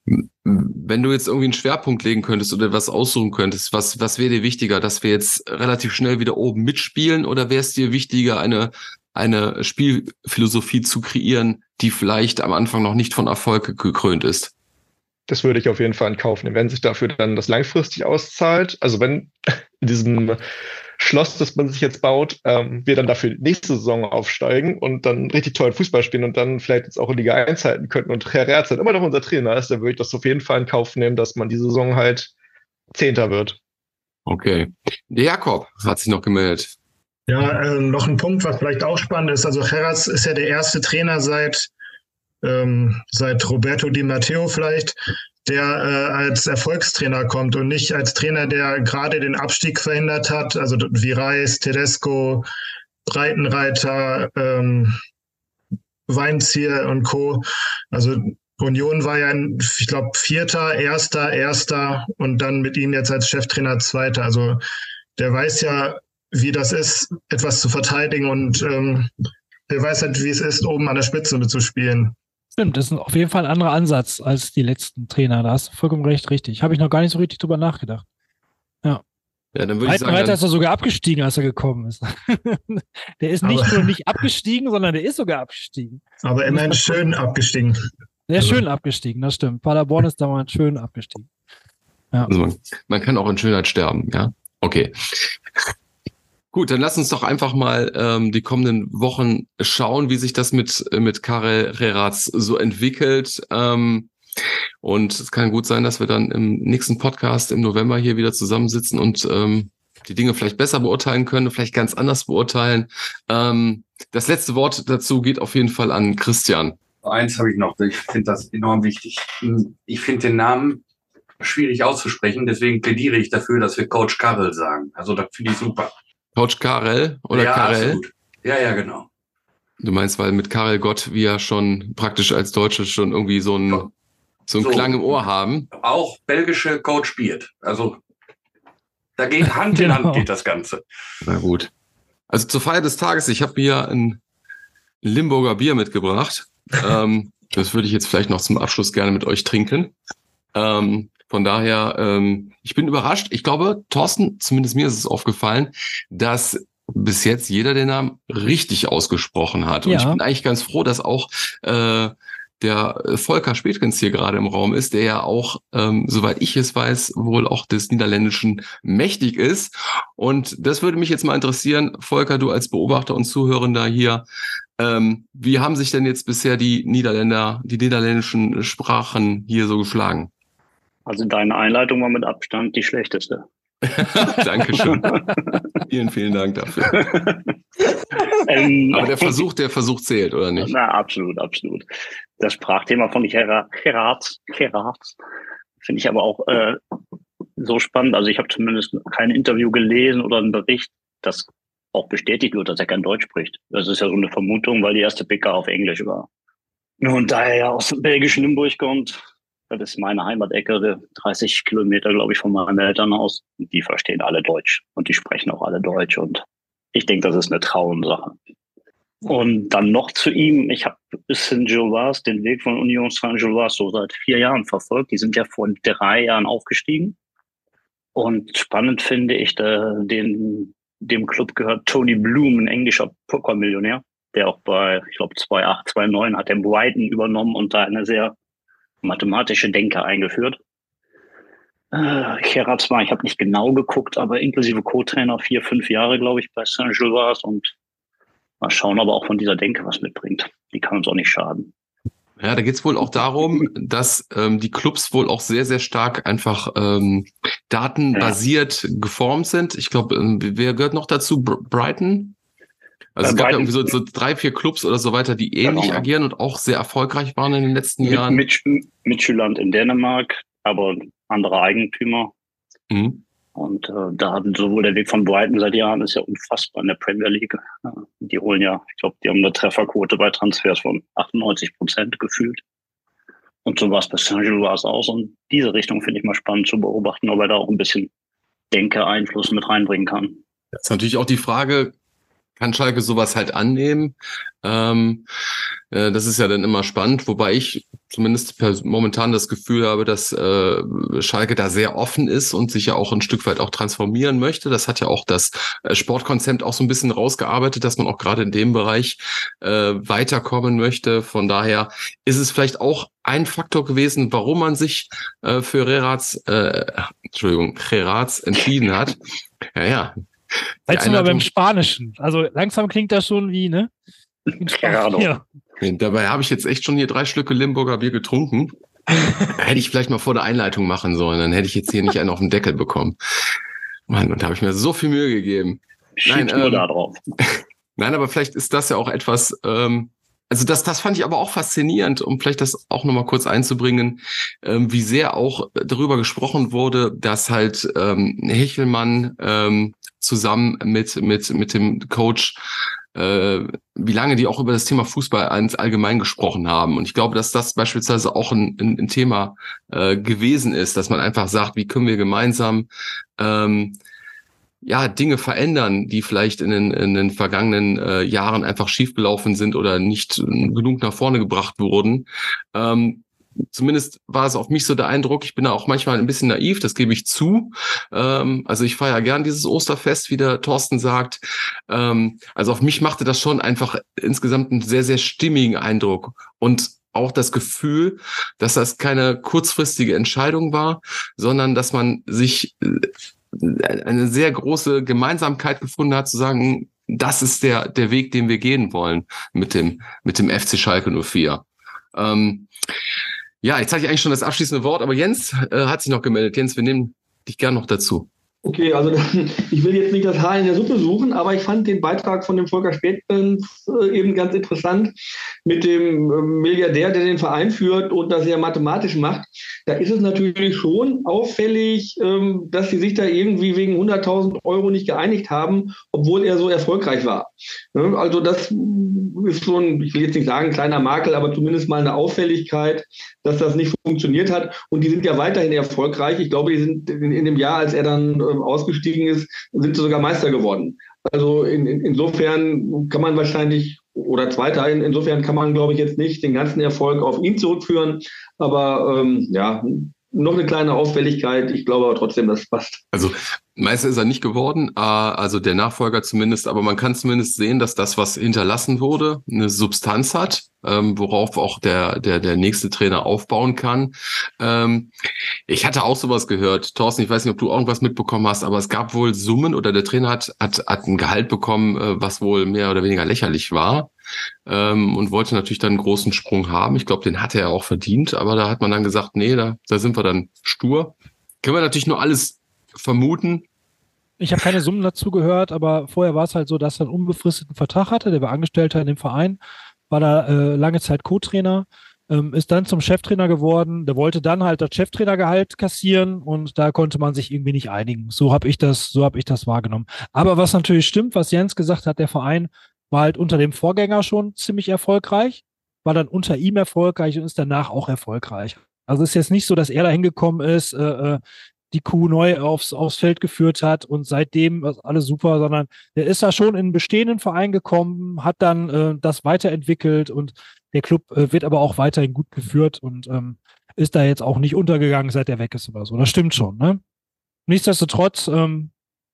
Wenn du jetzt irgendwie einen Schwerpunkt legen könntest oder was aussuchen könntest, was, was wäre dir wichtiger, dass wir jetzt relativ schnell wieder oben mitspielen, oder wäre es dir wichtiger, eine, eine Spielphilosophie zu kreieren, die vielleicht am Anfang noch nicht von Erfolg gekrönt ist? Das würde ich auf jeden Fall in Kauf nehmen, wenn sich dafür dann das langfristig auszahlt. Also wenn in diesem Schloss, das man sich jetzt baut, ähm, wir dann dafür nächste Saison aufsteigen und dann richtig tollen Fußball spielen und dann vielleicht jetzt auch in Liga eins halten könnten und Herr Rerz halt immer noch unser Trainer ist, dann würde ich das auf jeden Fall in Kauf nehmen, dass man die Saison halt Zehnter wird. Okay. Der Jakob hat sich noch gemeldet. Ja, äh, noch ein Punkt, was vielleicht auch spannend ist. Also Gerrards ist ja der erste Trainer seit, ähm, seit Roberto Di Matteo vielleicht, der äh, als Erfolgstrainer kommt und nicht als Trainer, der gerade den Abstieg verhindert hat, also wie Reis, Tedesco, Breitenreiter, ähm, Weinzier und Co. Also Union war ja, ich glaube, Vierter, Erster, Erster und dann mit ihm jetzt als Cheftrainer Zweiter. Also der weiß ja, wie das ist, etwas zu verteidigen, und ähm, der weiß halt, wie es ist, oben an der Spitze mitzuspielen. Stimmt, das ist auf jeden Fall ein anderer Ansatz als die letzten Trainer. Da hast du vollkommen recht, richtig. Habe ich noch gar nicht so richtig drüber nachgedacht. Ja. Ja, dann würde ich sagen, Breitenreiter ist er sogar abgestiegen, als er gekommen ist. Der ist nicht Aber- nur nicht abgestiegen, sondern der ist sogar abgestiegen. Aber immerhin schön abgestiegen. Der ist Also- schön abgestiegen, das stimmt. Paderborn ist damals schön abgestiegen. Also man, man kann auch in Schönheit sterben, ja? Okay. Gut, dann lass uns doch einfach mal ähm, die kommenden Wochen schauen, wie sich das mit, mit Karel Gerrards so entwickelt. Ähm, und es kann gut sein, dass wir dann im nächsten Podcast im November hier wieder zusammensitzen und ähm, die Dinge vielleicht besser beurteilen können, vielleicht ganz anders beurteilen. Ähm, das letzte Wort dazu geht auf jeden Fall an Christian. Eins habe ich noch, ich finde das enorm wichtig. Ich finde den Namen schwierig auszusprechen, deswegen plädiere ich dafür, dass wir Coach Karel sagen. Also das finde ich super. Coach Karel oder ja, Karel? Absolut. Ja, ja, genau. Du meinst, weil mit Karel Gott wir schon praktisch als Deutsche schon irgendwie so einen, so einen So. Klang im Ohr haben. Auch belgische Coach Beard. Also da geht Hand in Genau. Hand geht das Ganze. Na gut. Also zur Feier des Tages, ich habe hier ein Limburger Bier mitgebracht. ähm, das würde ich jetzt vielleicht noch zum Abschluss gerne mit euch trinken. Ähm, von daher, ähm, ich bin überrascht. Ich glaube, Thorsten, zumindest mir ist es aufgefallen, dass bis jetzt jeder den Namen richtig ausgesprochen hat. Und Ja. ich bin eigentlich ganz froh, dass auch äh, der Volker Spätkens hier gerade im Raum ist, der ja auch, ähm, soweit ich es weiß, wohl auch des Niederländischen mächtig ist. Und das würde mich jetzt mal interessieren, Volker, du als Beobachter und Zuhörender hier, ähm, wie haben sich denn jetzt bisher die Niederländer, die niederländischen Sprachen hier so geschlagen? Also deine Einleitung war mit Abstand die schlechteste. Dankeschön. Vielen, vielen Dank dafür. ähm, Aber der Versuch, der Versuch zählt, oder nicht? Na, absolut, absolut. Das Sprachthema von Gerard, Gerard, Gerard finde ich aber auch äh, so spannend. Also ich habe zumindest kein Interview gelesen oder einen Bericht, das auch bestätigt wird, dass er kein Deutsch spricht. Das ist ja so eine Vermutung, weil die erste P K auf Englisch war. Und da er ja aus dem belgischen Limburg kommt, das ist meine Heimatecke, dreißig Kilometer, glaube ich, von meinem Elternhaus. Die verstehen alle Deutsch und die sprechen auch alle Deutsch. Und ich denke, das ist eine Traumsache. Und dann noch zu ihm, ich habe bis Saint-Gilloise, den Weg von Union Saint-Gilloise, so seit vier Jahren verfolgt. Die sind ja vor drei Jahren aufgestiegen. Und spannend finde ich, da, den, dem Club gehört Tony Bloom, ein englischer Pokermillionär, der auch bei, ich glaube, zwei acht, zwei neun hat er Brighton übernommen und da eine sehr mathematische Denke eingeführt. Äh, Gerrard zwar, ich habe nicht genau geguckt, aber inklusive Co-Trainer vier, fünf Jahre, glaube ich, bei Saint-Gilloise, und mal schauen, aber auch von dieser Denke was mitbringt. Die kann uns auch nicht schaden. Ja, da geht's wohl auch darum, dass ähm, die Clubs wohl auch sehr, sehr stark einfach ähm, datenbasiert ja. geformt sind. Ich glaube, ähm, wer gehört noch dazu? Br- Brighton? Also es gab ja irgendwie so, so drei, vier Clubs oder so weiter, die ähnlich genau. agieren und auch sehr erfolgreich waren in den letzten mit, Jahren. Mit, mit Schüland in Dänemark, aber andere Eigentümer. Mhm. Und äh, da hat sowohl der Weg von Brighton seit Jahren ist ja unfassbar in der Premier League. Ja, die holen ja, ich glaube, die haben eine Trefferquote bei Transfers von achtundneunzig Prozent gefühlt. Und so war es bei Saint-Gilloise aus. Und diese Richtung finde ich mal spannend zu beobachten, ob er da auch ein bisschen Denke-Einfluss mit reinbringen kann. Das ist natürlich auch die Frage, kann Schalke sowas halt annehmen. Ähm, äh, das ist ja dann immer spannend, wobei ich zumindest momentan das Gefühl habe, dass äh, Schalke da sehr offen ist und sich ja auch ein Stück weit auch transformieren möchte. Das hat ja auch das äh, Sportkonzept auch so ein bisschen rausgearbeitet, dass man auch gerade in dem Bereich äh, weiterkommen möchte. Von daher ist es vielleicht auch ein Faktor gewesen, warum man sich äh, für Rerats, äh, Entschuldigung, Rerats entschieden hat. Ja, ja. Jetzt sind wir beim Spanischen. Also langsam klingt das schon wie, ne? Ja. Dabei habe ich jetzt echt schon hier drei Schlücke Limburger Bier getrunken. Hätte ich vielleicht mal vor der Einleitung machen sollen, dann hätte ich jetzt hier nicht einen auf den Deckel bekommen. Mann, und da habe ich mir so viel Mühe gegeben. Nein, ähm, da drauf. Nein, aber vielleicht ist das ja auch etwas, ähm, also das, das fand ich aber auch faszinierend, um vielleicht das auch nochmal kurz einzubringen, ähm, wie sehr auch darüber gesprochen wurde, dass halt ähm, Hechelmann ähm, zusammen mit, mit, mit dem Coach äh, wie lange die auch über das Thema Fußball ans allgemein gesprochen haben. Und ich glaube, dass das beispielsweise auch ein, ein, ein Thema äh, gewesen ist, dass man einfach sagt, wie können wir gemeinsam ähm, ja Dinge verändern, die vielleicht in den, in den vergangenen äh, Jahren einfach schiefgelaufen sind oder nicht genug nach vorne gebracht wurden. Ähm, Zumindest war es auf mich so der Eindruck, ich bin da auch manchmal ein bisschen naiv, das gebe ich zu. Ähm, also ich feiere gern dieses Osterfest, wie der Thorsten sagt. Ähm, also auf mich machte das schon einfach insgesamt einen sehr, sehr stimmigen Eindruck. Und auch das Gefühl, dass das keine kurzfristige Entscheidung war, sondern dass man sich eine sehr große Gemeinsamkeit gefunden hat, zu sagen, das ist der, der Weg, den wir gehen wollen mit dem, mit dem F C Schalke null vier. Ähm, Ja, jetzt hatte ich eigentlich schon das abschließende Wort, aber Jens äh, hat sich noch gemeldet. Jens, wir nehmen dich gern noch dazu. Okay, also ich will jetzt nicht das Haar in der Suppe suchen, aber ich fand den Beitrag von dem Volker Spätpens äh, eben ganz interessant mit dem äh, Milliardär, der den Verein führt und das ja mathematisch macht. Da ist es natürlich schon auffällig, ähm, dass sie sich da irgendwie wegen hunderttausend Euro nicht geeinigt haben, obwohl er so erfolgreich war. Ja, also das ist so ein, ich will jetzt nicht sagen kleiner Makel, aber zumindest mal eine Auffälligkeit, dass das nicht funktioniert hat. Und die sind ja weiterhin erfolgreich. Ich glaube, die sind in, in dem Jahr, als er dann äh, ausgestiegen ist, sind sie sogar Meister geworden. Also in, in, insofern kann man wahrscheinlich, oder Zweiter, in, insofern kann man, glaube ich, jetzt nicht den ganzen Erfolg auf ihn zurückführen. Aber ähm, ja, noch eine kleine Auffälligkeit. Ich glaube aber trotzdem, das passt. Also Meister ist er nicht geworden, also der Nachfolger zumindest, aber man kann zumindest sehen, dass das, was hinterlassen wurde, eine Substanz hat, ähm, worauf auch der der der nächste Trainer aufbauen kann. Ähm, ich hatte auch sowas gehört, Thorsten, ich weiß nicht, ob du irgendwas mitbekommen hast, aber es gab wohl Summen oder der Trainer hat hat, hat ein Gehalt bekommen, äh, was wohl mehr oder weniger lächerlich war. Ähm, und wollte natürlich dann einen großen Sprung haben. Ich glaube, den hatte er auch verdient, aber da hat man dann gesagt, nee, da, da sind wir dann stur. Können wir natürlich nur alles vermuten. Ich habe keine Summen dazu gehört, aber vorher war es halt so, dass er einen unbefristeten Vertrag hatte, der war Angestellter in dem Verein, war da äh, lange Zeit Co-Trainer, ähm, ist dann zum Cheftrainer geworden, der wollte dann halt das Cheftrainergehalt kassieren und da konnte man sich irgendwie nicht einigen. So habe ich das, so habe ich das wahrgenommen. Aber was natürlich stimmt, was Jens gesagt hat, der Verein war halt unter dem Vorgänger schon ziemlich erfolgreich, war dann unter ihm erfolgreich und ist danach auch erfolgreich. Also es ist jetzt nicht so, dass er da hingekommen ist, äh, die Kuh neu aufs, aufs Feld geführt hat und seitdem ist alles super, sondern der ist da schon in einen bestehenden Verein gekommen, hat dann äh, das weiterentwickelt und der Club äh, wird aber auch weiterhin gut geführt und ähm, ist da jetzt auch nicht untergegangen, seit er weg ist oder so. Das stimmt schon, ne? Nichtsdestotrotz, ähm,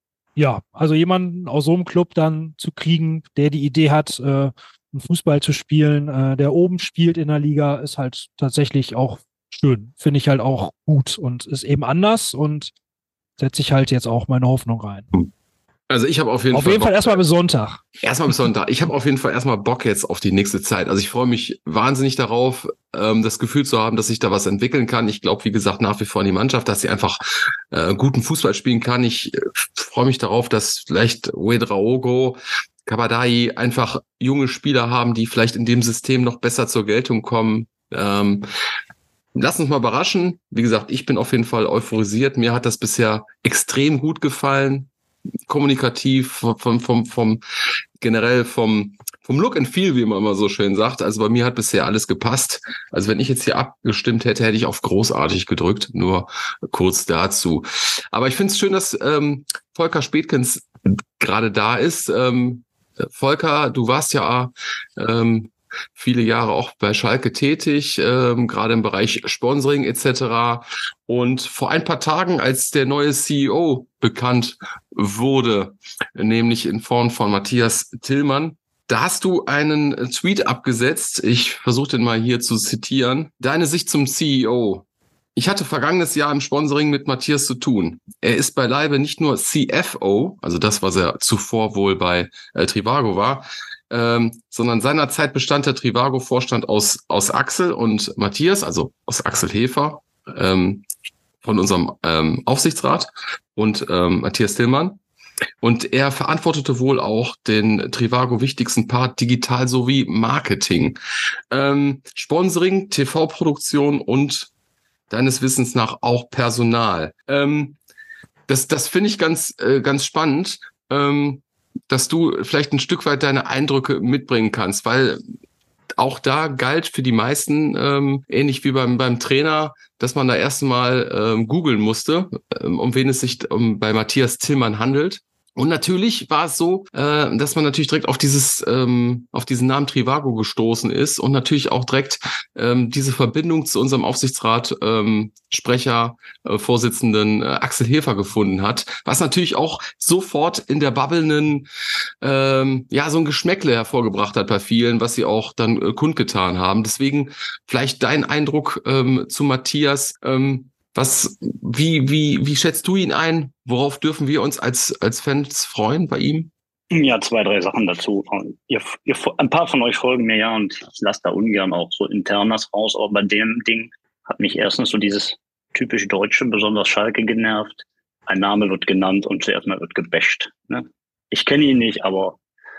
ja, also jemanden aus so einem Club dann zu kriegen, der die Idee hat, äh, einen Fußball zu spielen, äh, der oben spielt in der Liga, ist halt tatsächlich auch schön. Finde ich halt auch gut und ist eben anders und setze ich halt jetzt auch meine Hoffnung rein. Also ich habe auf jeden auf Fall. Auf jeden Fall erstmal bis Sonntag. Erstmal bis Sonntag. Ich habe auf jeden Fall erstmal Bock jetzt auf die nächste Zeit. Also ich freue mich wahnsinnig darauf, ähm, das Gefühl zu haben, dass sich da was entwickeln kann. Ich glaube, wie gesagt, nach wie vor an die Mannschaft, dass sie einfach äh, guten Fußball spielen kann. Ich äh, freue mich darauf, dass vielleicht Ouedraogo, Kabadai einfach junge Spieler haben, die vielleicht in dem System noch besser zur Geltung kommen. Ähm, Lass uns mal überraschen. Wie gesagt, ich bin auf jeden Fall euphorisiert. Mir hat das bisher extrem gut gefallen. Kommunikativ, vom, vom, vom, generell vom, vom Look and Feel, wie man immer so schön sagt. Also bei mir hat bisher alles gepasst. Also wenn ich jetzt hier abgestimmt hätte, hätte ich auf großartig gedrückt. Nur kurz dazu. Aber ich finde es schön, dass ähm, Volker Spätkens gerade da ist. Ähm, Volker, du warst ja ähm, viele Jahre auch bei Schalke tätig, ähm, gerade im Bereich Sponsoring et cetera. Und vor ein paar Tagen, als der neue C E O bekannt wurde, nämlich in Form von Matthias Tillmann, da hast du einen Tweet abgesetzt. Ich versuche den mal hier zu zitieren. Deine Sicht zum C E O. Ich hatte vergangenes Jahr im Sponsoring mit Matthias zu tun. Er ist beileibe nicht nur C F O, also das, was er zuvor wohl bei äh, Trivago war, ähm, sondern seinerzeit bestand der Trivago-Vorstand aus, aus Axel und Matthias, also aus Axel Hefer, ähm, von unserem ähm, Aufsichtsrat und ähm, Matthias Tillmann. Und er verantwortete wohl auch den Trivago wichtigsten Part Digital sowie Marketing, ähm, Sponsoring, T V-Produktion und deines Wissens nach auch Personal. Ähm, das das finde ich ganz äh, ganz spannend, ähm, dass du vielleicht ein Stück weit deine Eindrücke mitbringen kannst, weil auch da galt für die meisten, ähm, ähnlich wie beim beim Trainer, dass man da erstmal ähm, googeln musste, ähm, um wen es sich um, bei Matthias Tillmann handelt. Und natürlich war es so, äh, dass man natürlich direkt auf dieses, ähm, auf diesen Namen Trivago gestoßen ist und natürlich auch direkt ähm, diese Verbindung zu unserem Aufsichtsrat ähm, Sprecher, äh, Vorsitzenden äh, Axel Hefer gefunden hat, was natürlich auch sofort in der Bubble einen, ähm, ja, so ein Geschmäckle hervorgebracht hat bei vielen, was sie auch dann äh, kundgetan haben. Deswegen vielleicht dein Eindruck ähm, zu Matthias. Ähm, Was, wie, wie, wie schätzt du ihn ein? Worauf dürfen wir uns als, als Fans freuen bei ihm? Ja, zwei, drei Sachen dazu. Ihr, ihr, ein paar von euch folgen mir ja und ich lasse da ungern auch so Internas raus, aber bei dem Ding hat mich erstens so dieses typisch Deutsche, besonders Schalke, genervt. Ein Name wird genannt und zuerst mal wird gebasht. Ne? Ich kenne ihn nicht, aber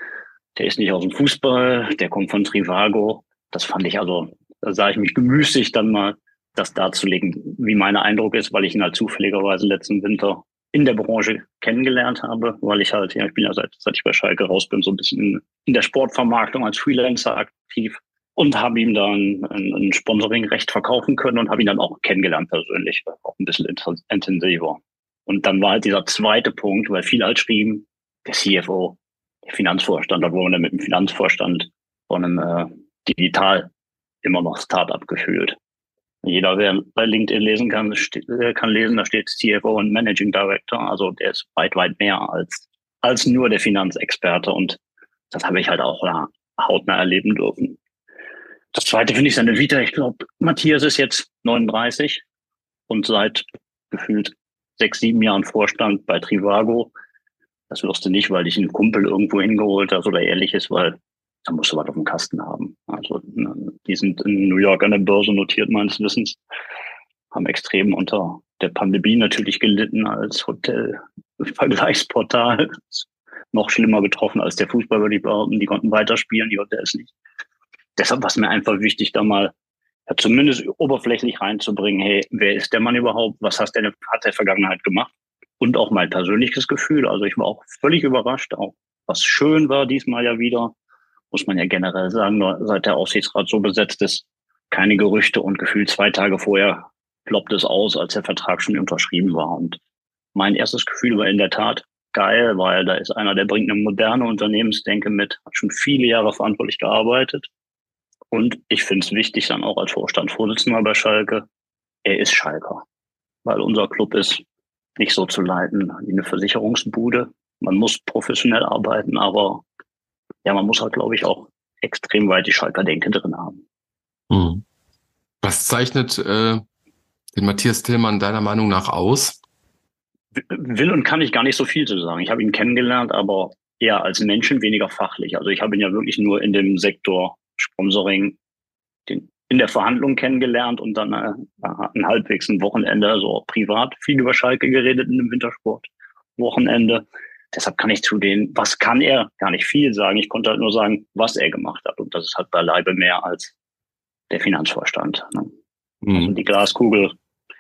der ist nicht aus dem Fußball, der kommt von Trivago. Das fand ich also, da sah ich mich gemüßigt dann mal, das darzulegen, wie mein Eindruck ist, weil ich ihn halt zufälligerweise letzten Winter in der Branche kennengelernt habe, weil ich halt, ja, ich bin ja seit, seit ich bei Schalke raus bin, so ein bisschen in, in der Sportvermarktung als Freelancer aktiv und habe ihm dann ein, ein Sponsoring-Recht verkaufen können und habe ihn dann auch kennengelernt persönlich, auch ein bisschen intensiver. Und dann war halt dieser zweite Punkt, weil viele halt schrieben, der C F O, der Finanzvorstand, da wurde mit dem Finanzvorstand von einem äh, Digital immer noch Startup gefühlt. Jeder, wer bei LinkedIn lesen kann, kann lesen, da steht C F O und Managing Director. Also der ist weit, weit mehr als, als nur der Finanzexperte. Und das habe ich halt auch ja, hautnah erleben dürfen. Das zweite finde ich seine Vita. Ich glaube, Matthias ist jetzt neununddreißig und seit gefühlt sechs, sieben Jahren Vorstand bei Trivago. Das wirst du nicht, weil dich ein Kumpel irgendwo hingeholt hast oder ähnliches, weil da musst du was auf dem Kasten haben. Also die sind in New York an der Börse notiert, meines Wissens, haben extrem unter der Pandemie natürlich gelitten als Hotel-Vergleichsportal. Noch schlimmer getroffen als der Fußball, würde ich behaupten. Die konnten weiterspielen, die Hotels nicht. Deshalb war es mir einfach wichtig, da mal ja, zumindest oberflächlich reinzubringen, hey, wer ist der Mann überhaupt? Was hast der, hat der Vergangenheit gemacht? Und auch mein persönliches Gefühl. Also ich war auch völlig überrascht, auch was schön war diesmal ja wieder. Muss man ja generell sagen, nur seit der Aufsichtsrat so besetzt ist, keine Gerüchte und gefühlt zwei Tage vorher ploppt es aus, als der Vertrag schon unterschrieben war. Und mein erstes Gefühl war in der Tat geil, weil da ist einer, der bringt eine moderne Unternehmensdenke mit, hat schon viele Jahre verantwortlich gearbeitet. Und ich finde es wichtig, dann auch als Vorstandsvorsitzender bei Schalke, er ist Schalker. Weil unser Club ist nicht so zu leiten wie eine Versicherungsbude. Man muss professionell arbeiten, aber ja, man muss halt, glaube ich, auch extrem weit die Schalker Denke drin haben. Mhm. Was zeichnet äh, den Matthias Tillmann deiner Meinung nach aus? Will und kann ich gar nicht so viel zu sagen. Ich habe ihn kennengelernt, aber eher als Menschen, weniger fachlich. Also ich habe ihn ja wirklich nur in dem Sektor Sponsoring den, in der Verhandlung kennengelernt und dann äh, ein halbwegs ein Wochenende so privat viel über Schalke geredet in einem Wintersport-Wochenende. Deshalb kann ich zu denen, was kann er, gar nicht viel sagen. Ich konnte halt nur sagen, was er gemacht hat. Und das ist halt beileibe mehr als der Finanzvorstand. Ne? Mhm. Also die Glaskugel,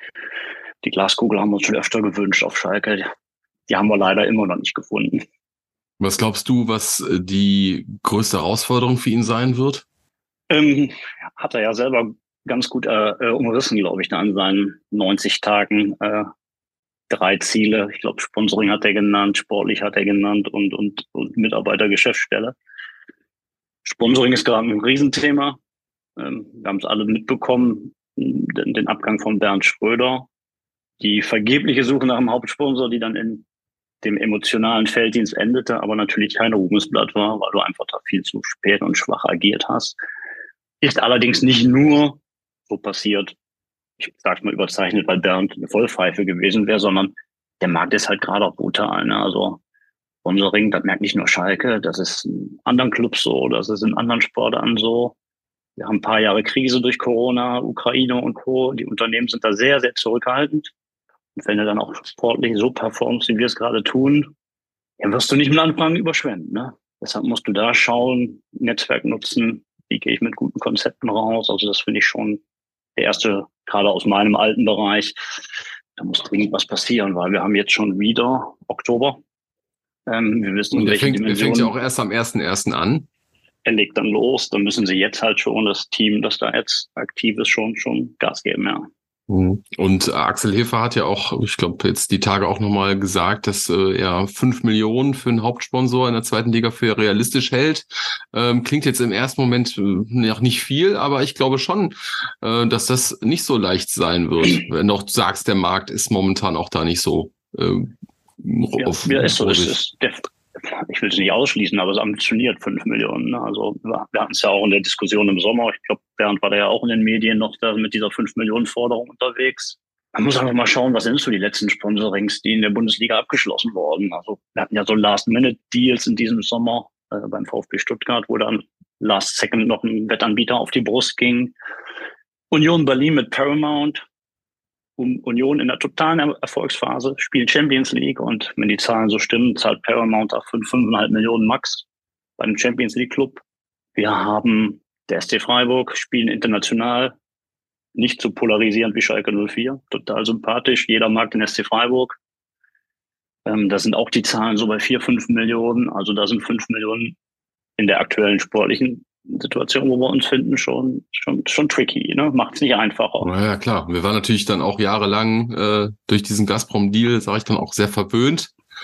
die Glaskugel haben wir uns schon öfter gewünscht auf Schalke. Die haben wir leider immer noch nicht gefunden. Was glaubst du, was die größte Herausforderung für ihn sein wird? Ähm, hat er ja selber ganz gut äh, umrissen, glaube ich, da an seinen neunzig Tagen äh, drei Ziele. Ich glaube, Sponsoring hat er genannt, sportlich hat er genannt und, und, und Mitarbeitergeschäftsstelle. Sponsoring ist gerade ein Riesenthema. Ähm, wir haben es alle mitbekommen, den, den Abgang von Bernd Schröder, die vergebliche Suche nach einem Hauptsponsor, die dann in dem emotionalen Felddienst endete, aber natürlich kein Ruhmesblatt war, weil du einfach da viel zu spät und schwach agiert hast. Ist allerdings nicht nur so passiert, ich sag's mal überzeichnet, weil Bernd eine Vollpfeife gewesen wäre, sondern der Markt ist halt gerade auch brutal. Ne? Also Sponsoring, das merkt nicht nur Schalke, das ist in anderen Clubs so, das ist in anderen Sportarten so. Wir haben ein paar Jahre Krise durch Corona, Ukraine und Co. Die Unternehmen sind da sehr, sehr zurückhaltend. Und wenn du dann auch sportlich so performst, wie wir es gerade tun, dann wirst du nicht mit Anfragen überschwemmt. Ne? Deshalb musst du da schauen, Netzwerk nutzen, wie gehe ich mit guten Konzepten raus. Also das finde ich schon der erste, gerade aus meinem alten Bereich. Da muss dringend was passieren, weil wir haben jetzt schon wieder Oktober. Ähm, wir wissen, und der welche fängt, der fängt ja auch Dimensionen. erst am ersten ersten an. Er legt dann los, dann müssen sie jetzt halt schon, das Team, das da jetzt aktiv ist, schon, schon Gas geben, ja. Und Axel Hefer hat ja auch, ich glaube, jetzt die Tage auch nochmal gesagt, dass äh, er fünf Millionen für einen Hauptsponsor in der zweiten Liga für realistisch hält. Ähm, klingt jetzt im ersten Moment äh, noch nicht viel, aber ich glaube schon, äh, dass das nicht so leicht sein wird. Wenn du auch sagst, der Markt ist momentan auch da nicht so äh, ja, auf, ja, ist so. auf Ist, ist der, ich will es nicht ausschließen, aber es ambitioniert fünf Millionen. Ne? Also wir, wir hatten es ja auch in der Diskussion im Sommer. Ich glaube, Bernd war da ja auch in den Medien noch da mit dieser fünf Millionen Forderung unterwegs. Man muss einfach mal schauen, was sind so die letzten Sponsorings, die in der Bundesliga abgeschlossen wurden. Also wir hatten ja so Last-Minute-Deals in diesem Sommer äh, beim VfB Stuttgart, wo dann Last Second noch ein Wettanbieter auf die Brust ging. Union Berlin mit Paramount. Union in der totalen Erfolgsphase, spielt Champions League und wenn die Zahlen so stimmen, zahlt Paramount auch fünf, fünfeinhalb Millionen Max bei einem Champions League Club. Wir haben der S C Freiburg, spielen international, nicht so polarisierend wie Schalke null vier, total sympathisch, jeder mag den S C Freiburg. Ähm, da sind auch die Zahlen so bei vier, fünf Millionen, also da sind fünf Millionen in der aktuellen sportlichen Situation, wo wir uns finden, schon schon schon tricky, ne? Macht es nicht einfacher. Naja, klar. Wir waren natürlich dann auch jahrelang äh, durch diesen Gazprom-Deal, sage ich dann auch, sehr verwöhnt.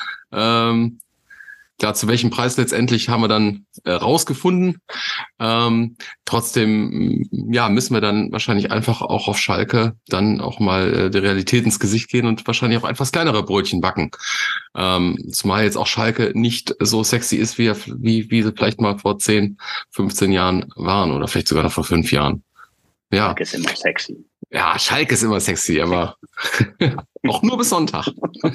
Ähm, klar, zu welchem Preis letztendlich haben wir dann äh, rausgefunden. Ähm, trotzdem, ja, müssen wir dann wahrscheinlich einfach auch auf Schalke dann auch mal äh, der Realität ins Gesicht gehen und wahrscheinlich auch etwas kleinere Brötchen backen. Ähm, zumal jetzt auch Schalke nicht so sexy ist, wie, wie, wie sie vielleicht mal vor zehn, fünfzehn Jahren waren oder vielleicht sogar noch vor fünf Jahren. Ja. Schalke ist immer sexy. Ja, Schalke ist immer sexy, aber auch nur bis Sonntag.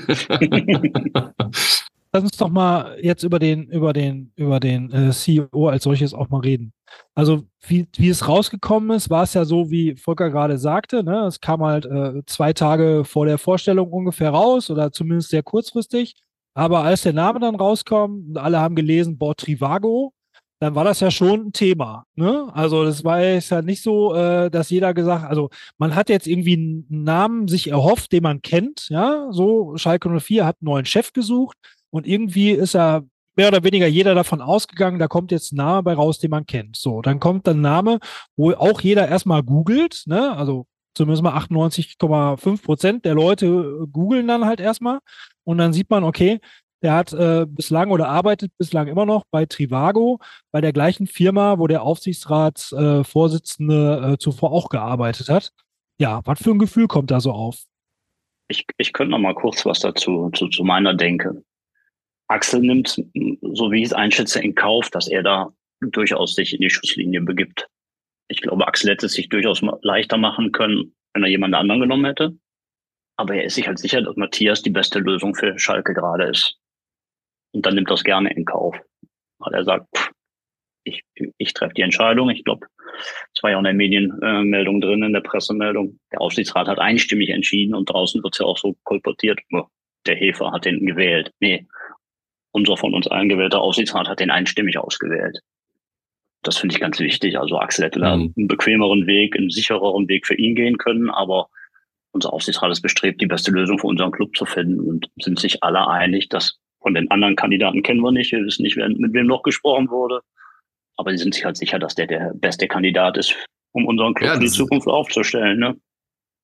Lass uns doch mal jetzt über den, über den, über den äh, C E O als solches auch mal reden. Also wie, wie es rausgekommen ist, war es ja so, wie Volker gerade sagte, ne? Es kam halt äh, zwei Tage vor der Vorstellung ungefähr raus oder zumindest sehr kurzfristig. Aber als der Name dann rauskam und alle haben gelesen, boah, Trivago, dann war das ja schon ein Thema. Ne? Also das war jetzt ja nicht so, äh, dass jeder gesagt, also man hat jetzt irgendwie einen Namen sich erhofft, den man kennt. Ja, so Schalke null vier hat einen neuen Chef gesucht. Und irgendwie ist ja mehr oder weniger jeder davon ausgegangen, da kommt jetzt ein Name bei raus, den man kennt. So, dann kommt ein Name, wo auch jeder erstmal googelt, ne? Also zumindest mal achtundneunzig Komma fünf Prozent der Leute googeln dann halt erstmal. Und dann sieht man, okay, der hat äh, bislang oder arbeitet bislang immer noch bei Trivago, bei der gleichen Firma, wo der Aufsichtsratsvorsitzende äh, äh, zuvor auch gearbeitet hat. Ja, was für ein Gefühl kommt da so auf? Ich, ich könnte noch mal kurz was dazu zu, zu meiner Denke. Axel nimmt, so wie ich es einschätze, in Kauf, dass er da durchaus sich in die Schusslinie begibt. Ich glaube, Axel hätte es sich durchaus leichter machen können, wenn er jemand anderen genommen hätte. Aber er ist sich halt sicher, dass Matthias die beste Lösung für Schalke gerade ist. Und dann nimmt er es gerne in Kauf. Weil er sagt, pff, ich, ich treffe die Entscheidung. Ich glaube, es war ja auch in der Medienmeldung drin, in der Pressemeldung. Der Aufsichtsrat hat einstimmig entschieden und draußen wird es ja auch so kolportiert. Der Hefer hat den gewählt. Nee. Unser von uns allen gewählter Aufsichtsrat hat den einstimmig ausgewählt. Das finde ich ganz wichtig. Also Axel hätte da einen bequemeren Weg, einen sichereren Weg für ihn gehen können, aber unser Aufsichtsrat ist bestrebt, die beste Lösung für unseren Club zu finden und sind sich alle einig, dass von den anderen Kandidaten kennen wir nicht, wir wissen nicht, mit wem noch gesprochen wurde, aber sie sind sich halt sicher, dass der der beste Kandidat ist, um unseren Club ja, für die Zukunft aufzustellen. Ne?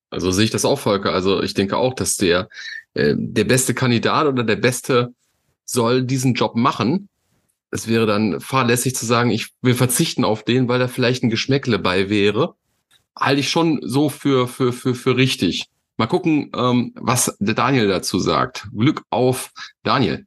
Also sehe ich das auch, Volker. Also ich denke auch, dass der, äh, der beste Kandidat oder der Beste soll diesen Job machen. Es wäre dann fahrlässig zu sagen, ich will verzichten auf den, weil da vielleicht ein Geschmäckle bei wäre. Halte ich schon so für, für, für, für richtig. Mal gucken, ähm, was der Daniel dazu sagt. Glück auf, Daniel.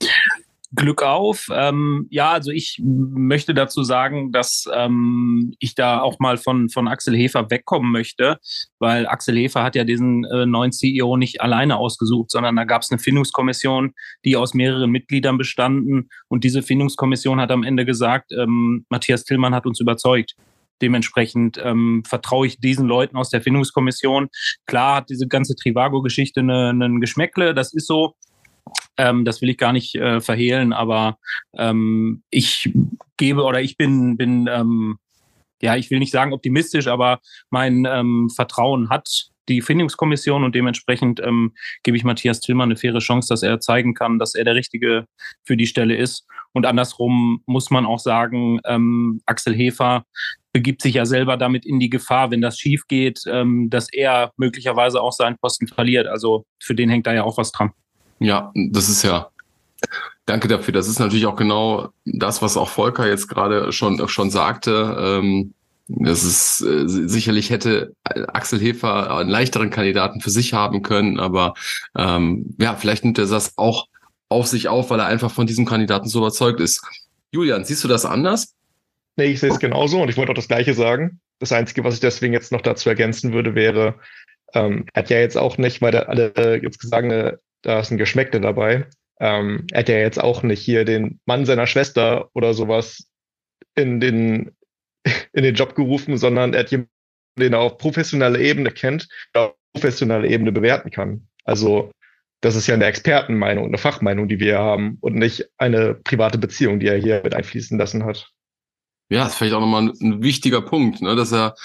Glück auf. Ähm, ja, also ich möchte dazu sagen, dass ähm, ich da auch mal von, von Axel Hefer wegkommen möchte, weil Axel Hefer hat ja diesen äh, neuen C E O nicht alleine ausgesucht, sondern da gab es eine Findungskommission, die aus mehreren Mitgliedern bestanden, und diese Findungskommission hat am Ende gesagt, ähm, Matthias Tillmann hat uns überzeugt. Dementsprechend ähm, vertraue ich diesen Leuten aus der Findungskommission. Klar hat diese ganze Trivago-Geschichte einen eine Geschmäckle, das ist so. Ähm, das will ich gar nicht äh, verhehlen, aber ähm, ich gebe oder ich bin, bin ähm, ja, ich will nicht sagen optimistisch, aber mein ähm, Vertrauen hat die Findungskommission, und dementsprechend ähm, gebe ich Matthias Tillmann eine faire Chance, dass er zeigen kann, dass er der Richtige für die Stelle ist. Und andersrum muss man auch sagen, ähm, Axel Hefer begibt sich ja selber damit in die Gefahr, wenn das schief geht, ähm, dass er möglicherweise auch seinen Posten verliert. Also für den hängt da ja auch was dran. Ja, das ist ja, danke dafür. Das ist natürlich auch genau das, was auch Volker jetzt gerade schon, schon sagte. Ähm, das ist äh, sicherlich hätte Axel Hefer einen leichteren Kandidaten für sich haben können, aber ähm, ja, vielleicht nimmt er das auch auf sich auf, weil er einfach von diesem Kandidaten so überzeugt ist. Julian, siehst du das anders? Nee, ich sehe es genauso und ich wollte auch das Gleiche sagen. Das Einzige, was ich deswegen jetzt noch dazu ergänzen würde, wäre, ähm, er hat ja jetzt auch nicht, weil da alle äh, jetzt gesagt haben, da ist ein Geschmäckle dabei. Ähm, er hat ja jetzt auch nicht hier den Mann seiner Schwester oder sowas in den, in den Job gerufen, sondern er hat jemanden, den er auf professioneller Ebene kennt, der auf professioneller Ebene bewerten kann. Also das ist ja eine Expertenmeinung, eine Fachmeinung, die wir hier haben und nicht eine private Beziehung, die er hier mit einfließen lassen hat. Ja, das ist vielleicht auch nochmal ein, ein wichtiger Punkt, ne, dass er,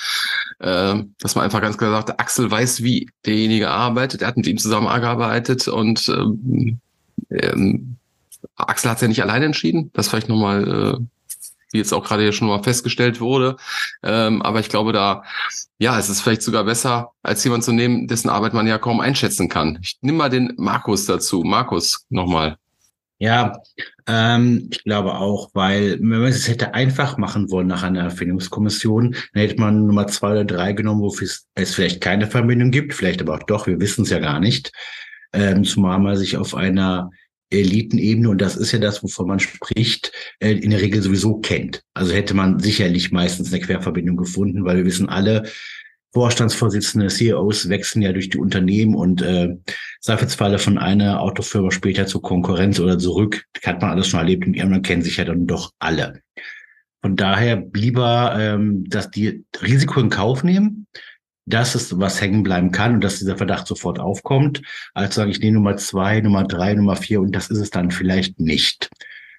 äh, dass man einfach ganz klar sagt, Axel weiß, wie derjenige arbeitet, er hat mit ihm zusammengearbeitet und ähm, ähm, Axel hat es ja nicht alleine entschieden, das vielleicht nochmal, äh, wie jetzt auch gerade hier schon mal festgestellt wurde, ähm, aber ich glaube da, ja, es ist vielleicht sogar besser, als jemand zu nehmen, dessen Arbeit man ja kaum einschätzen kann. Ich nehme mal den Markus dazu. Markus, nochmal. Ja, ähm, ich glaube auch, weil wenn man es hätte einfach machen wollen nach einer Findungskommission, dann hätte man Nummer zwei oder drei genommen, wofür es vielleicht keine Verbindung gibt, vielleicht aber auch doch, wir wissen es ja gar nicht, ähm, zumal man sich auf einer Elitenebene, und das ist ja das, wovon man spricht, äh, in der Regel sowieso kennt. Also hätte man sicherlich meistens eine Querverbindung gefunden, weil wir wissen alle, Vorstandsvorsitzende, C E Os wechseln ja durch die Unternehmen und äh, Zweifelsfalle von einer Autofirma später zur Konkurrenz oder zurück. Das hat man alles schon erlebt und die anderen kennen sich ja dann doch alle. Von daher lieber, ähm, dass die Risiko in Kauf nehmen, dass es was hängen bleiben kann und dass dieser Verdacht sofort aufkommt, als sage ich, nee, Nummer zwei, Nummer drei, Nummer vier und das ist es dann vielleicht nicht.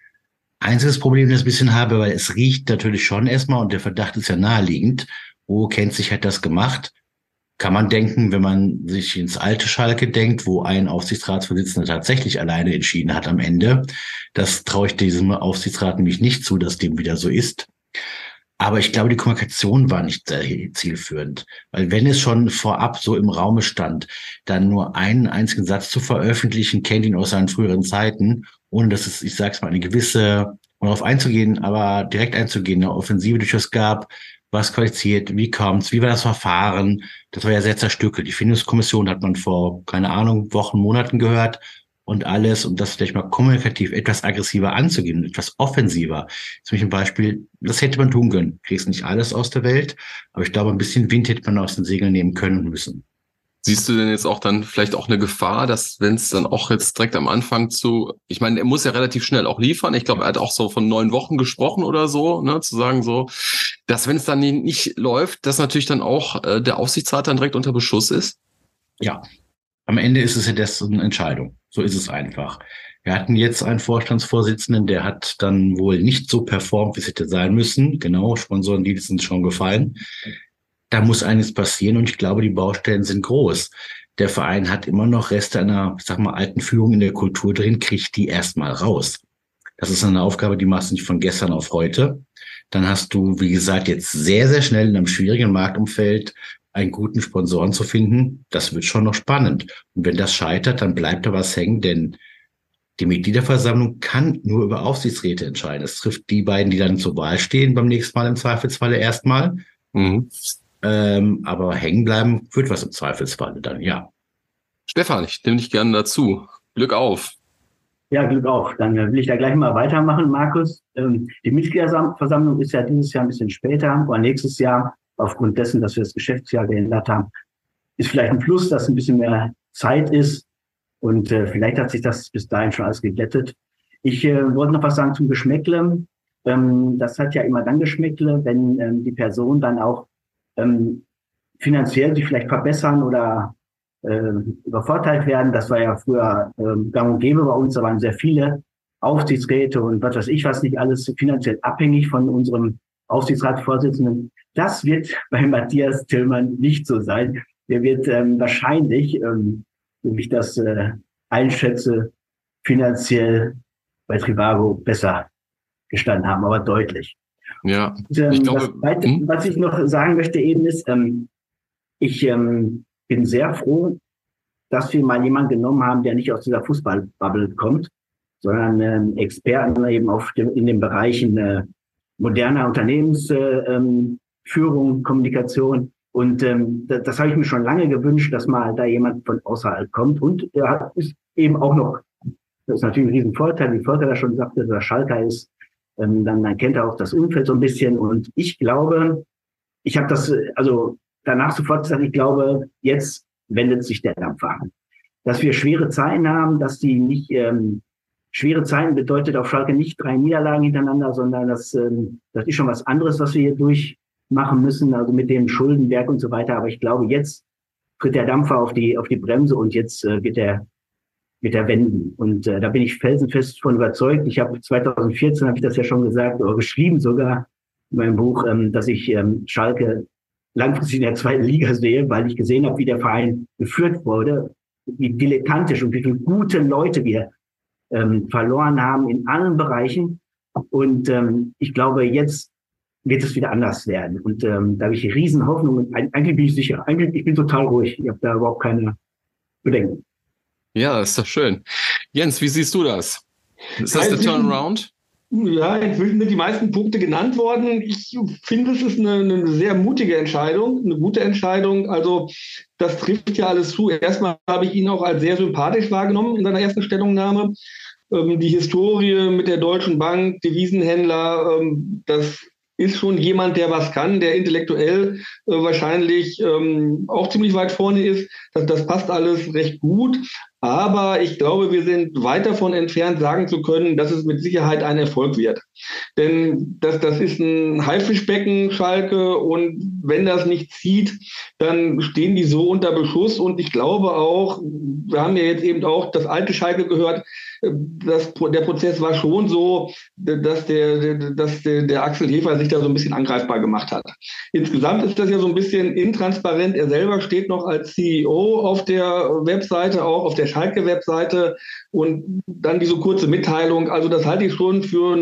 Einziges Problem, das ich ein bisschen habe, weil es riecht natürlich schon erstmal und der Verdacht ist ja naheliegend. Wo kennt sich hat das gemacht? Kann man denken, wenn man sich ins alte Schalke denkt, wo ein Aufsichtsratsvorsitzender tatsächlich alleine entschieden hat am Ende. Das traue ich diesem Aufsichtsrat nämlich nicht zu, dass dem wieder so ist. Aber ich glaube, die Kommunikation war nicht sehr zielführend. Weil wenn es schon vorab so im Raume stand, dann nur einen einzigen Satz zu veröffentlichen, kennt ihn aus seinen früheren Zeiten, ohne dass es, ich sag's mal, eine gewisse, um darauf einzugehen, aber direkt einzugehen, eine Offensive durch das gab, was qualifiziert, wie kommt's, wie war das Verfahren, das war ja sehr zerstückelt. Die Findungskommission hat man vor, keine Ahnung, Wochen, Monaten gehört und alles, um das vielleicht mal kommunikativ etwas aggressiver anzugehen, etwas offensiver. Zum Beispiel ein Beispiel, das hätte man tun können. Kriegst nicht alles aus der Welt, aber ich glaube, ein bisschen Wind hätte man aus den Segeln nehmen können und müssen. Siehst du denn jetzt auch dann vielleicht auch eine Gefahr, dass wenn es dann auch jetzt direkt am Anfang zu, ich meine, er muss ja relativ schnell auch liefern. Ich glaube, er hat auch so von neun Wochen gesprochen oder so, ne, zu sagen so, dass wenn es dann nicht läuft, dass natürlich dann auch äh, der Aufsichtsrat dann direkt unter Beschuss ist? Ja, am Ende ist es ja das eine Entscheidung. So ist es einfach. Wir hatten jetzt einen Vorstandsvorsitzenden, der hat dann wohl nicht so performt, wie es hätte sein müssen. Genau, Sponsoren, die sind schon gefallen. Da muss eines passieren und ich glaube, die Baustellen sind groß. Der Verein hat immer noch Reste einer, ich sag mal, alten Führung in der Kultur drin, kriegt die erstmal raus. Das ist eine Aufgabe, die machst du nicht von gestern auf heute. Dann hast du, wie gesagt, jetzt sehr, sehr schnell in einem schwierigen Marktumfeld einen guten Sponsoren zu finden, das wird schon noch spannend. Und wenn das scheitert, dann bleibt da was hängen, denn die Mitgliederversammlung kann nur über Aufsichtsräte entscheiden. Es trifft die beiden, die dann zur Wahl stehen, beim nächsten Mal im Zweifelsfalle erstmal. Mhm. Ähm, aber hängen bleiben wird was im Zweifelsfalle dann, ja. Stefan, ich nehme dich gerne dazu. Glück auf. Ja, Glück auf. Dann will ich da gleich mal weitermachen, Markus. Ähm, die Mitgliederversammlung ist ja dieses Jahr ein bisschen später, oder nächstes Jahr, aufgrund dessen, dass wir das Geschäftsjahr geändert haben. Ist vielleicht ein Plus, dass ein bisschen mehr Zeit ist und äh, vielleicht hat sich das bis dahin schon alles geglättet. Ich äh, wollte noch was sagen zum Geschmäckle. Ähm, das hat ja immer dann Geschmäckle, wenn ähm, die Person dann auch ähm, finanziell sich vielleicht verbessern oder äh, übervorteilt werden. Das war ja früher ähm, gang und gäbe bei uns. Da waren sehr viele Aufsichtsräte und was weiß ich was nicht alles finanziell abhängig von unserem Aufsichtsratsvorsitzenden. Das wird bei Matthias Tillmann nicht so sein. Der wird ähm, wahrscheinlich, ähm, wie ich das äh, einschätze, finanziell bei Trivago besser gestanden haben, aber deutlich. Ja, und, ähm, ich glaube, das Zweite, hm? was ich noch sagen möchte eben ist, ähm, ich ähm, bin sehr froh, dass wir mal jemanden genommen haben, der nicht aus dieser Fußballbubble kommt, sondern ähm, Experten eben auf dem, in den Bereichen äh, moderner Unternehmensführung, äh, Kommunikation. Und ähm, das, das habe ich mir schon lange gewünscht, dass mal da jemand von außerhalb kommt. Und er hat, ist eben auch noch, das ist natürlich ein Riesenvorteil, wie Volker da schon sagte, dass er Schalker ist, ähm, dann, dann kennt er auch das Umfeld so ein bisschen. Und ich glaube, ich habe das, also danach sofort gesagt, ich glaube, jetzt wendet sich der Dampfer an. Dass wir schwere Zeiten haben, dass die nicht... Ähm, Schwere Zeiten bedeutet auf Schalke nicht drei Niederlagen hintereinander, sondern das, ähm, das ist schon was anderes, was wir hier durchmachen müssen, also mit dem Schuldenberg und so weiter. Aber ich glaube, jetzt tritt der Dampfer auf die, auf die Bremse und jetzt äh, wird der, wird der wenden. Und äh, da bin ich felsenfest von überzeugt. Ich habe zwanzig vierzehn, habe ich das ja schon gesagt, oder geschrieben sogar in meinem Buch, ähm, dass ich ähm, Schalke langfristig in der zweiten Liga sehe, weil ich gesehen habe, wie der Verein geführt wurde, wie dilettantisch und wie viele gute Leute wir Ähm, verloren haben in allen Bereichen. Und ähm, ich glaube, jetzt wird es wieder anders werden. Und ähm, da habe ich riesen Hoffnung. Und eigentlich bin ich sicher. Eigentlich, ich bin total ruhig. Ich habe da überhaupt keine Bedenken. Ja, das ist doch schön. Jens, wie siehst du das? Ist das der Turnaround? Ja, inzwischen sind die meisten Punkte genannt worden. Ich finde, es ist eine, eine sehr mutige Entscheidung, eine gute Entscheidung. Also das trifft ja alles zu. Erstmal habe ich ihn auch als sehr sympathisch wahrgenommen in seiner ersten Stellungnahme. Ähm, die Historie mit der Deutschen Bank, Devisenhändler, ähm, das ist schon jemand, der was kann, der intellektuell äh, wahrscheinlich ähm, auch ziemlich weit vorne ist. Das, das passt alles recht gut. Aber ich glaube, wir sind weit davon entfernt, sagen zu können, dass es mit Sicherheit ein Erfolg wird. Denn das, das ist ein Haifischbecken, Schalke, und wenn das nicht zieht, dann stehen die so unter Beschuss. Und ich glaube auch, wir haben ja jetzt eben auch das alte Schalke gehört, das, der Prozess war schon so, dass, der, dass der, der Axel Hefer sich da so ein bisschen angreifbar gemacht hat. Insgesamt ist das ja so ein bisschen intransparent. Er selber steht noch als C E O auf der Webseite, auch auf der Schalke-Webseite, und dann diese kurze Mitteilung. Also das halte ich schon für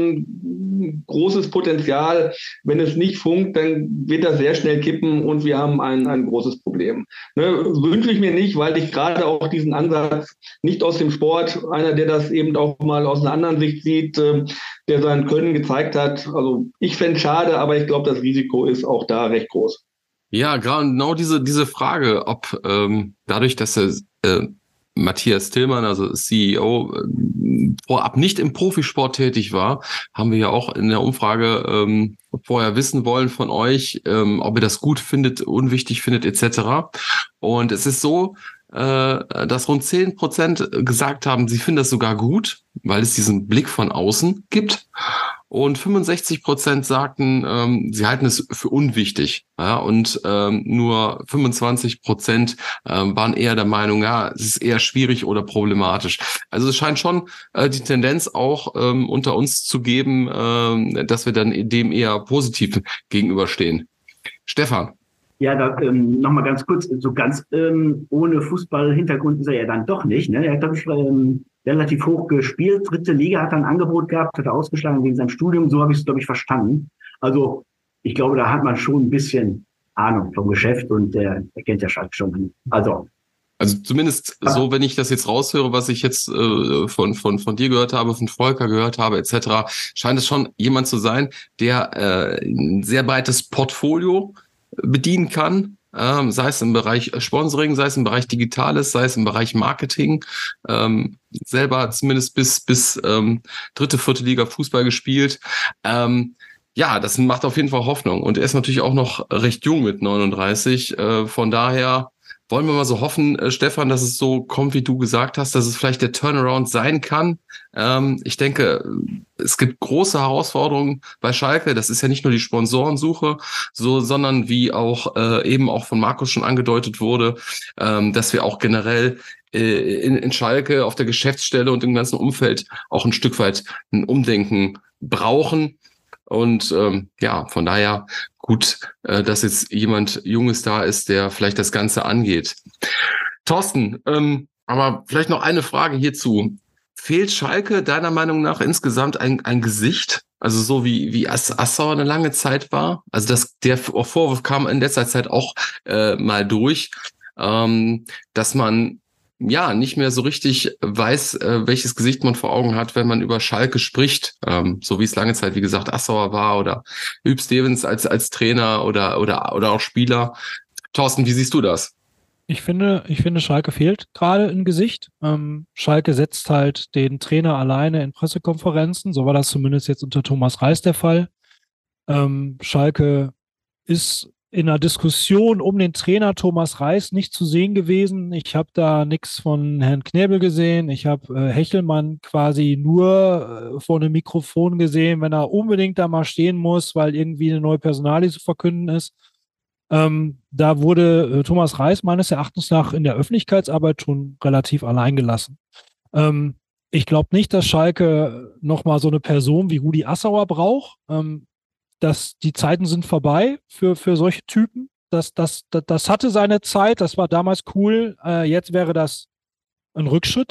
ein großes Potenzial. Wenn es nicht funkt, dann wird das sehr schnell kippen und wir haben ein, ein großes Problem. Ne, wünsche ich mir nicht, weil ich gerade auch diesen Ansatz nicht aus dem Sport, einer, der das eben auch mal aus einer anderen Sicht sieht, äh, der sein Können gezeigt hat. Also ich fände es schade, aber ich glaube, das Risiko ist auch da recht groß. Ja, genau diese, diese Frage, ob ähm, dadurch, dass er äh, Matthias Tillmann, also C E O, vorab nicht im Profisport tätig war, haben wir ja auch in der Umfrage ähm, vorher wissen wollen von euch, ähm, ob ihr das gut findet, unwichtig findet et cetera. Und es ist so, äh, dass rund zehn Prozent gesagt haben, sie finden das sogar gut, weil es diesen Blick von außen gibt. Und fünfundsechzig Prozent sagten, ähm, sie halten es für unwichtig. Ja, und ähm, nur fünfundzwanzig Prozent ähm, waren eher der Meinung, ja, es ist eher schwierig oder problematisch. Also es scheint schon äh, die Tendenz auch ähm, unter uns zu geben, ähm, dass wir dann dem eher positiv gegenüberstehen. Stefan. Ja, da ähm, nochmal ganz kurz, so ganz ähm, ohne Fußball-Hintergrund ist er ja dann doch nicht. Ne? Er hat, glaube ich, ähm, relativ hoch gespielt. Dritte Liga hat er ein Angebot gehabt, hat er ausgeschlagen wegen seinem Studium. So habe ich es, glaube ich, verstanden. Also ich glaube, da hat man schon ein bisschen Ahnung vom Geschäft und der, der kennt ja Schalke schon. Also Also zumindest so, wenn ich das jetzt raushöre, was ich jetzt äh, von von von dir gehört habe, von Volker gehört habe, et cetera, scheint es schon jemand zu sein, der äh, ein sehr breites Portfolio bedienen kann, ähm, sei es im Bereich Sponsoring, sei es im Bereich Digitales, sei es im Bereich Marketing. Ähm, selber zumindest bis bis ähm, dritte, vierte Liga Fußball gespielt. Ähm, ja, das macht auf jeden Fall Hoffnung. Und er ist natürlich auch noch recht jung mit neununddreißig. Äh, von daher wollen wir mal so hoffen, äh, Stefan, dass es so kommt, wie du gesagt hast, dass es vielleicht der Turnaround sein kann. Ähm, ich denke, es gibt große Herausforderungen bei Schalke. Das ist ja nicht nur die Sponsorensuche, so, sondern wie auch äh, eben auch von Markus schon angedeutet wurde, ähm, dass wir auch generell äh, in, in Schalke auf der Geschäftsstelle und im ganzen Umfeld auch ein Stück weit ein Umdenken brauchen. Und ähm, ja, von daher gut, äh, dass jetzt jemand Junges da ist, der vielleicht das Ganze angeht. Thorsten, ähm, aber vielleicht noch eine Frage hierzu. Fehlt Schalke deiner Meinung nach insgesamt ein, ein Gesicht? Also so wie, wie Assauer eine lange Zeit war? Also das, der Vorwurf kam in letzter Zeit auch äh, mal durch, ähm, dass man ja nicht mehr so richtig weiß, äh, welches Gesicht man vor Augen hat, wenn man über Schalke spricht, ähm, so wie es lange Zeit, wie gesagt, Assauer war oder Huub Stevens als als Trainer oder oder oder auch Spieler. Thorsten, wie siehst du das? Ich finde, ich finde, Schalke fehlt gerade ein Gesicht. Ähm, Schalke setzt halt den Trainer alleine in Pressekonferenzen. So war das zumindest jetzt unter Thomas Reis der Fall. Ähm, Schalke ist in einer Diskussion um den Trainer Thomas Reis nicht zu sehen gewesen. Ich habe da nichts von Herrn Knebel gesehen. Ich habe äh, Hechelmann quasi nur äh, vor einem Mikrofon gesehen, wenn er unbedingt da mal stehen muss, weil irgendwie eine neue Personalie zu verkünden ist. Ähm, da wurde äh, Thomas Reis meines Erachtens nach in der Öffentlichkeitsarbeit schon relativ allein gelassen. Ähm, ich glaube nicht, dass Schalke nochmal so eine Person wie Rudi Assauer braucht. Ähm, dass die Zeiten sind vorbei für, für solche Typen. Das, das, das, das hatte seine Zeit, das war damals cool. Äh, jetzt wäre das ein Rückschritt.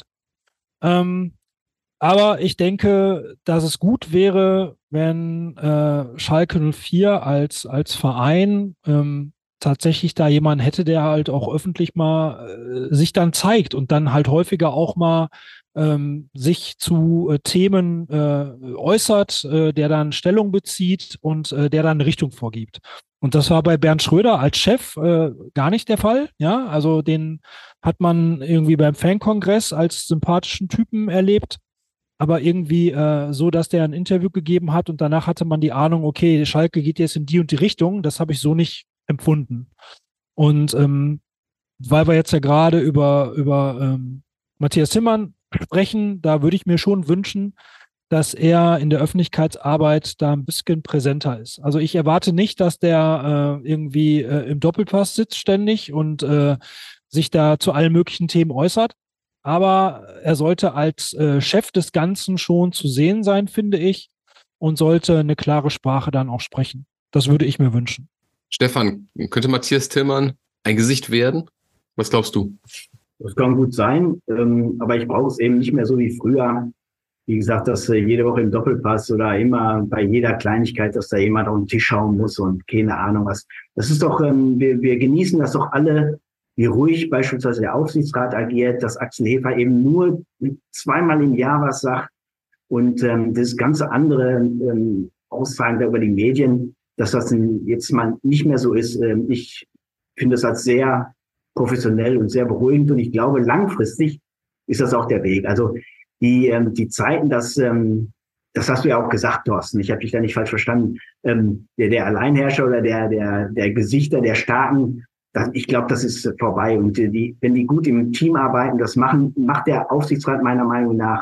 Ähm, aber ich denke, dass es gut wäre, wenn äh, Schalke null vier als, als Verein ähm, tatsächlich da jemanden hätte, der halt auch öffentlich mal äh, sich dann zeigt und dann halt häufiger auch mal ähm, sich zu äh, Themen äh, äußert, äh, der dann Stellung bezieht und äh, der dann eine Richtung vorgibt. Und das war bei Bernd Schröder als Chef äh, gar nicht der Fall. Ja, also den hat man irgendwie beim Fankongress als sympathischen Typen erlebt, aber irgendwie äh, so, dass der ein Interview gegeben hat und danach hatte man die Ahnung, okay, Schalke geht jetzt in die und die Richtung. Das habe ich so nicht empfunden. Und ähm, weil wir jetzt ja gerade über, über ähm, Matthias Zimmern sprechen, da würde ich mir schon wünschen, dass er in der Öffentlichkeitsarbeit da ein bisschen präsenter ist. Also ich erwarte nicht, dass der äh, irgendwie äh, im Doppelpass sitzt ständig und äh, sich da zu allen möglichen Themen äußert, aber er sollte als äh, Chef des Ganzen schon zu sehen sein, finde ich, und sollte eine klare Sprache dann auch sprechen. Das würde ich mir wünschen. Stefan, könnte Matthias Tillmann ein Gesicht werden? Was glaubst du? Das kann gut sein, ähm, aber ich brauche es eben nicht mehr so wie früher. Wie gesagt, dass äh, jede Woche im Doppelpass oder immer bei jeder Kleinigkeit, dass da jemand auf den Tisch schauen muss und keine Ahnung was. Das ist doch, ähm, wir, wir genießen das doch alle, wie ruhig beispielsweise der Aufsichtsrat agiert, dass Axel Hefer eben nur zweimal im Jahr was sagt und ähm, das ganze andere ähm, Aussagen da über die Medien, dass das jetzt mal nicht mehr so ist. Ähm, ich finde das als sehr professionell und sehr beruhigend und ich glaube, langfristig ist das auch der Weg. Also die ähm, die Zeiten, dass ähm, das hast du ja auch gesagt, Thorsten, ich habe dich da nicht falsch verstanden, ähm, der, der Alleinherrscher oder der der der Gesichter der Starken, das, ich glaube, das ist vorbei und die, wenn die gut im Team arbeiten, das machen macht der Aufsichtsrat meiner Meinung nach,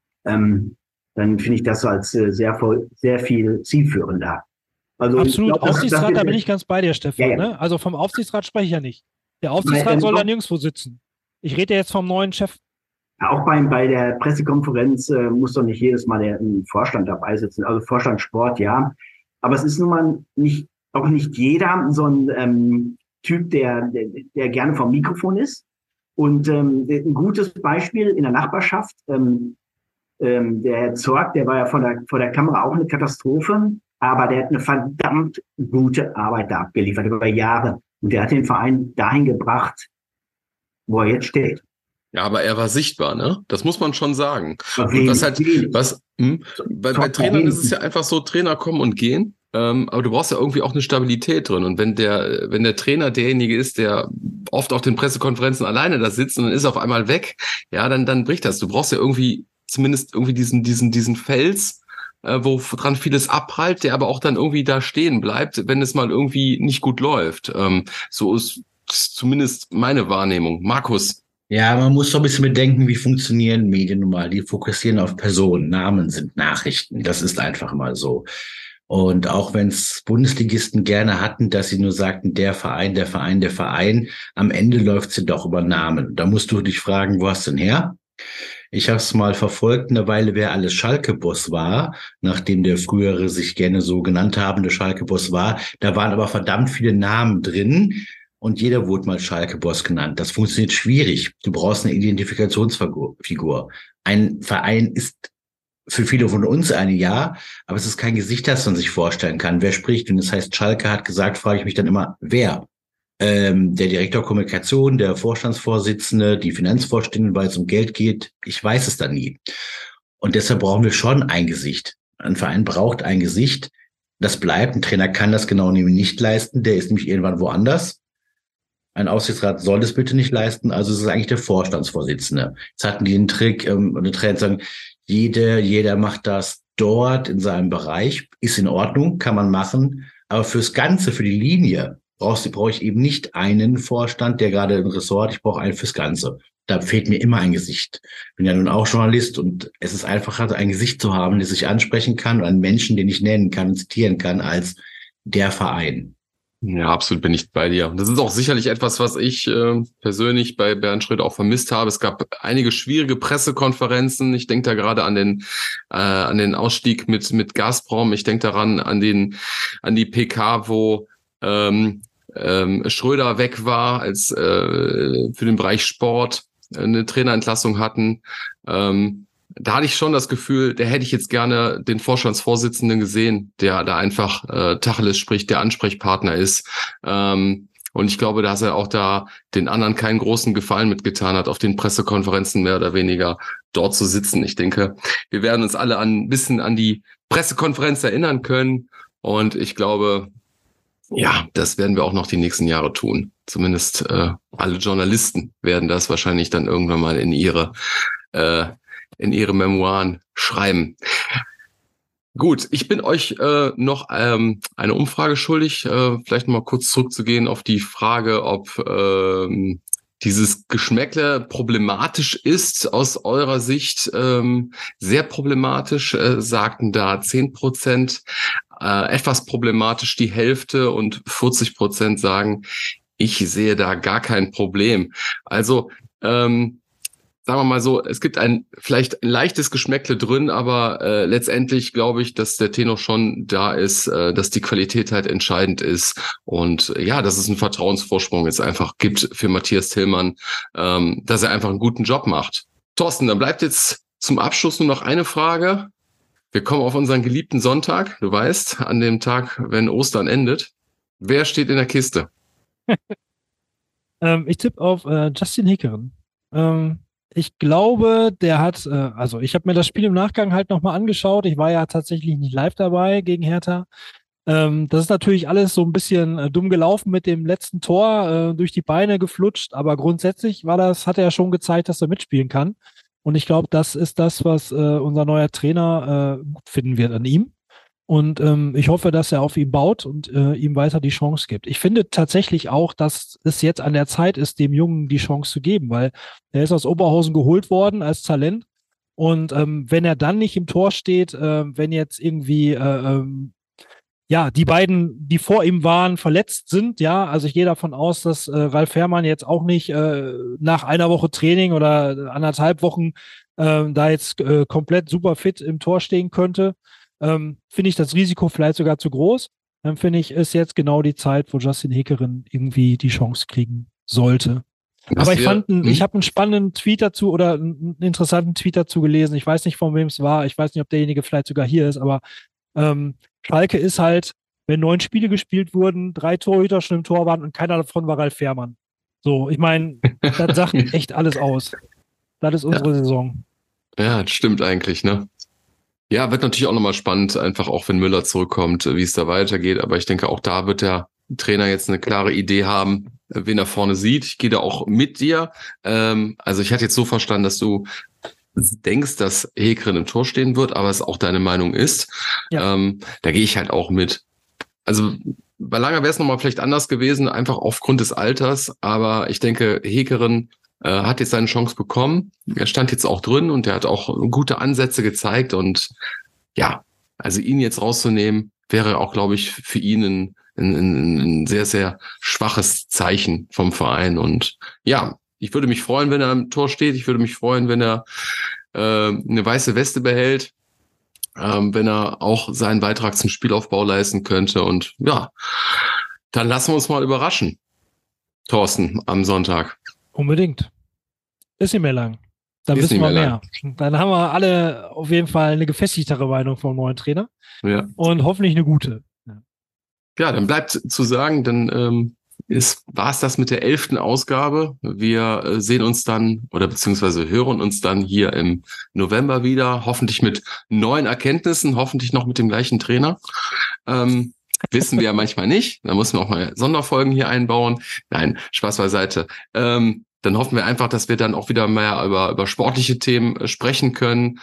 ähm, dann finde ich das so als äh, sehr voll, sehr viel zielführender. Also absolut, glaub, das, Aufsichtsrat, das da bin ich ganz bei dir, Stefan. Ja, ja. Ne? Also vom Aufsichtsrat spreche ich ja nicht. Der Aufsichtsrat Nein, soll da nirgendwo sitzen. Ich rede jetzt vom neuen Chef. Ja, auch bei, bei der Pressekonferenz äh, muss doch nicht jedes Mal der ein Vorstand dabei sitzen. Also Vorstand Sport, ja. Aber es ist nun mal nicht, auch nicht jeder so ein ähm, Typ, der, der, der gerne vom Mikrofon ist. Und ähm, ein gutes Beispiel in der Nachbarschaft, ähm, ähm, der Herr Zorg, der war ja vor der, vor der Kamera auch eine Katastrophe. aber der hat eine verdammt gute Arbeit da abgeliefert über Jahre. Und der hat den Verein dahin gebracht, wo er jetzt steht. Ja, aber er war sichtbar, ne? Das muss man schon sagen. Und was halt, was, hm, bei, bei Trainern ist es ja einfach so, Trainer kommen und gehen. Ähm, aber du brauchst ja irgendwie auch eine Stabilität drin. Und wenn der, wenn der Trainer derjenige ist, der oft auf den Pressekonferenzen alleine da sitzt und dann ist auf einmal weg, ja, dann, dann bricht das. Du brauchst ja irgendwie, zumindest irgendwie diesen, diesen, diesen Fels, äh, wo dran vieles abprallt, der aber auch dann irgendwie da stehen bleibt, wenn es mal irgendwie nicht gut läuft. Ähm, so ist zumindest meine Wahrnehmung. Markus. Ja, man muss so ein bisschen bedenken, wie funktionieren Medien nun mal. Die fokussieren auf Personen, Namen sind Nachrichten. Das ist einfach mal so. Und auch wenn es Bundesligisten gerne hatten, dass sie nur sagten, der Verein, der Verein, der Verein, am Ende läuft sie doch über Namen. Da musst du dich fragen, wo hast du denn her? Ich habe es mal verfolgt eine Weile, wer alles Schalke-Boss war, nachdem der frühere sich gerne so genannt habende Schalke-Boss war. Da waren aber verdammt viele Namen drin. Und jeder wurde mal Schalke-Boss genannt. Das funktioniert schwierig. Du brauchst eine Identifikationsfigur. Ein Verein ist für viele von uns eine, ja, aber es ist kein Gesicht, das man sich vorstellen kann. Wer spricht? Und das heißt, Schalke hat gesagt, frage ich mich dann immer, wer? Ähm, der Direktor Kommunikation, der Vorstandsvorsitzende, die Finanzvorstände, weil es um Geld geht. Ich weiß es dann nie. Und deshalb brauchen wir schon ein Gesicht. Ein Verein braucht ein Gesicht. Das bleibt. Ein Trainer kann das genau nämlich nicht leisten. Der ist nämlich irgendwann woanders. Ein Aufsichtsrat soll es bitte nicht leisten, also es ist eigentlich der Vorstandsvorsitzende. Jetzt hatten die den Trick, ähm, und den Trend sagen, jeder, jeder macht das dort in seinem Bereich, ist in Ordnung, kann man machen, aber fürs Ganze, für die Linie, brauchst du, brauche ich eben nicht einen Vorstand, der gerade ein Ressort, ich brauche einen fürs Ganze. Da fehlt mir immer ein Gesicht. Ich bin ja nun auch Journalist und es ist einfacher, ein Gesicht zu haben, das ich ansprechen kann und einen Menschen, den ich nennen kann und zitieren kann, als der Verein. Ja, absolut bin ich bei dir. Das ist auch sicherlich etwas, was ich äh, persönlich bei Bernd Schröder auch vermisst habe. Es gab einige schwierige Pressekonferenzen. Ich denke da gerade an den äh, an den Ausstieg mit mit Gazprom. Ich denke daran an den an die P K, wo ähm, ähm, Schröder weg war, als äh, für den Bereich Sport eine Trainerentlassung hatten. Ähm, Da hatte ich schon das Gefühl, der hätte ich jetzt gerne den Vorstandsvorsitzenden gesehen, der da einfach äh, Tacheles spricht, der Ansprechpartner ist. Ähm, und ich glaube, dass er auch da den anderen keinen großen Gefallen mitgetan hat, auf den Pressekonferenzen mehr oder weniger dort zu sitzen. Ich denke, wir werden uns alle an, ein bisschen an die Pressekonferenz erinnern können. Und ich glaube, ja, das werden wir auch noch die nächsten Jahre tun. Zumindest äh, alle Journalisten werden das wahrscheinlich dann irgendwann mal in ihre äh, in ihre Memoiren schreiben. Gut, ich bin euch äh, noch ähm, eine Umfrage schuldig, äh, vielleicht mal kurz zurückzugehen auf die Frage, ob ähm, dieses Geschmäckle problematisch ist aus eurer Sicht. Ähm, sehr problematisch, äh, sagten da zehn Prozent, äh, etwas problematisch die Hälfte und vierzig Prozent sagen, ich sehe da gar kein Problem. Also ähm, sagen wir mal so, es gibt ein vielleicht ein leichtes Geschmäckle drin, aber äh, letztendlich glaube ich, dass der Tenor schon da ist, äh, dass die Qualität halt entscheidend ist und äh, ja, dass es einen Vertrauensvorsprung jetzt einfach gibt für Matthias Tillmann, ähm, dass er einfach einen guten Job macht. Thorsten, dann bleibt jetzt zum Abschluss nur noch eine Frage. Wir kommen auf unseren geliebten Sonntag, du weißt, an dem Tag, wenn Ostern endet. Wer steht in der Kiste? ähm, ich tippe auf äh, Justin Hickeren. Ähm Ich glaube, der hat, äh, also ich habe mir das Spiel im Nachgang halt nochmal angeschaut. Ich war ja tatsächlich nicht live dabei gegen Hertha. Ähm, das ist natürlich alles so ein bisschen äh, dumm gelaufen mit dem letzten Tor, äh, durch die Beine geflutscht. Aber grundsätzlich war das, hat er ja schon gezeigt, dass er mitspielen kann. Und ich glaube, das ist das, was äh, unser neuer Trainer äh, gut finden wird an ihm. Und ähm, ich hoffe, dass er auf ihn baut und äh, ihm weiter die Chance gibt. Ich finde tatsächlich auch, dass es jetzt an der Zeit ist, dem Jungen die Chance zu geben, weil er ist aus Oberhausen geholt worden als Talent. Und ähm, wenn er dann nicht im Tor steht, äh, wenn jetzt irgendwie äh, ähm, ja die beiden, die vor ihm waren, verletzt sind, ja, also ich gehe davon aus, dass äh, Ralf Fährmann jetzt auch nicht äh, nach einer Woche Training oder anderthalb Wochen äh, da jetzt äh, komplett super fit im Tor stehen könnte. Ähm, finde ich das Risiko vielleicht sogar zu groß. Dann finde ich, ist jetzt genau die Zeit, wo Justin Hickeren irgendwie die Chance kriegen sollte. Was Aber ich wir, fand, einen, hm? ich habe einen spannenden Tweet dazu oder einen interessanten Tweet dazu gelesen. Ich weiß nicht, von wem es war. Ich weiß nicht, ob derjenige vielleicht sogar hier ist, aber Ähm, Schalke ist halt, wenn neun Spiele gespielt wurden, drei Torhüter schon im Tor waren und keiner davon war Ralf Fährmann. So, ich meine, das sagt echt alles aus. Das ist unsere ja. Saison. Ja, das stimmt eigentlich, ne? Ja, wird natürlich auch nochmal spannend, einfach auch wenn Müller zurückkommt, wie es da weitergeht. Aber ich denke, auch da wird der Trainer jetzt eine klare Idee haben, wen er vorne sieht. Ich gehe da auch mit dir. Ähm, also ich hatte jetzt so verstanden, dass du denkst, dass Häkeren im Tor stehen wird, aber es auch deine Meinung ist. Ja. Ähm, da gehe ich halt auch mit. Also bei Langer wäre es nochmal vielleicht anders gewesen, einfach aufgrund des Alters. Aber ich denke, Häkeren äh, hat jetzt seine Chance bekommen. Er stand jetzt auch drin und er hat auch gute Ansätze gezeigt. Und ja, also ihn jetzt rauszunehmen, wäre auch, glaube ich, für ihn ein, ein, ein sehr, sehr schwaches Zeichen vom Verein. Und ja, ich würde mich freuen, wenn er am Tor steht. Ich würde mich freuen, wenn er äh, eine weiße Weste behält. Ähm, wenn er auch seinen Beitrag zum Spielaufbau leisten könnte. Und ja, dann lassen wir uns mal überraschen, Thorsten, am Sonntag. Unbedingt. Ist nicht mehr lang. Dann wissen wir mehr. mehr. Dann haben wir alle auf jeden Fall eine gefestigtere Meinung vom neuen Trainer. Ja. Und hoffentlich eine gute. Ja, ja, dann bleibt zu sagen, dann ähm, war es das mit der elften Ausgabe. Wir äh, sehen uns dann oder beziehungsweise hören uns dann hier im November wieder, hoffentlich mit neuen Erkenntnissen, hoffentlich noch mit dem gleichen Trainer. Ähm, wissen wir ja manchmal nicht. Da müssen wir auch mal Sonderfolgen hier einbauen. Nein, Spaß beiseite. Ähm, dann hoffen wir einfach, dass wir dann auch wieder mehr über, über sportliche Themen äh, sprechen können.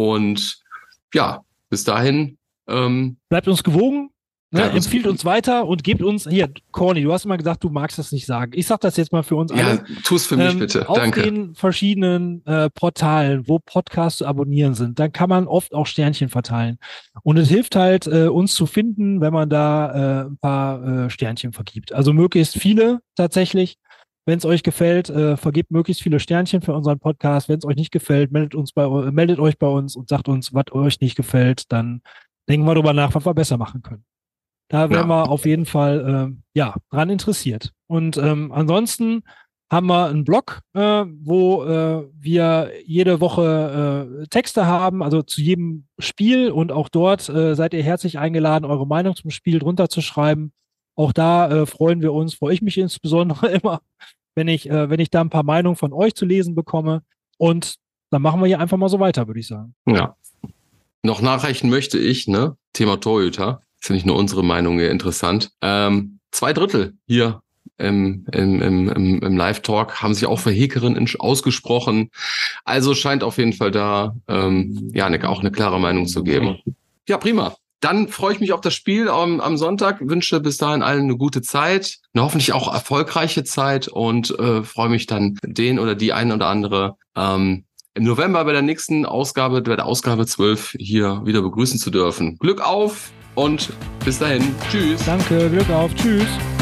Und ja, bis dahin. Ähm, Bleibt uns gewogen. Ne, ja, empfiehlt uns weiter und gebt uns, hier, Corny, du hast immer gesagt, du magst das nicht sagen. Ich sag das jetzt mal für uns alle. Ja, tu es für mich ähm, bitte, auf danke. Auf den verschiedenen äh, Portalen, wo Podcasts zu abonnieren sind, dann kann man oft auch Sternchen verteilen. Und es hilft halt, äh, uns zu finden, wenn man da äh, ein paar äh, Sternchen vergibt. Also möglichst viele tatsächlich. Wenn es euch gefällt, äh, vergebt möglichst viele Sternchen für unseren Podcast. Wenn es euch nicht gefällt, meldet, uns bei, äh, meldet euch bei uns und sagt uns, was euch nicht gefällt. Dann denken wir darüber nach, was wir besser machen können. Da wären ja. wir auf jeden Fall äh, ja, dran interessiert. Und ähm, ansonsten haben wir einen Blog, äh, wo äh, wir jede Woche äh, Texte haben, also zu jedem Spiel. Und auch dort äh, seid ihr herzlich eingeladen, eure Meinung zum Spiel drunter zu schreiben. Auch da äh, freuen wir uns, freue ich mich insbesondere immer, wenn ich, äh, wenn ich da ein paar Meinungen von euch zu lesen bekomme. Und dann machen wir hier einfach mal so weiter, würde ich sagen. Ja. Noch nachreichen möchte ich, ne? Thema Torhüter. Ist ja nicht nur unsere Meinung hier interessant. Ähm, zwei Drittel hier im, im, im, im, im Live-Talk haben sich auch für Häkeren ausgesprochen. Also scheint auf jeden Fall da ähm, ja eine, auch eine klare Meinung zu geben. Ja, prima. Dann freue ich mich auf das Spiel am, am Sonntag. Wünsche bis dahin allen eine gute Zeit, eine hoffentlich auch erfolgreiche Zeit und äh, freue mich dann, den oder die ein oder andere ähm, im November bei der nächsten Ausgabe, bei der Ausgabe zwölf hier wieder begrüßen zu dürfen. Glück auf! Und bis dahin. Tschüss. Danke, Glück auf. Tschüss.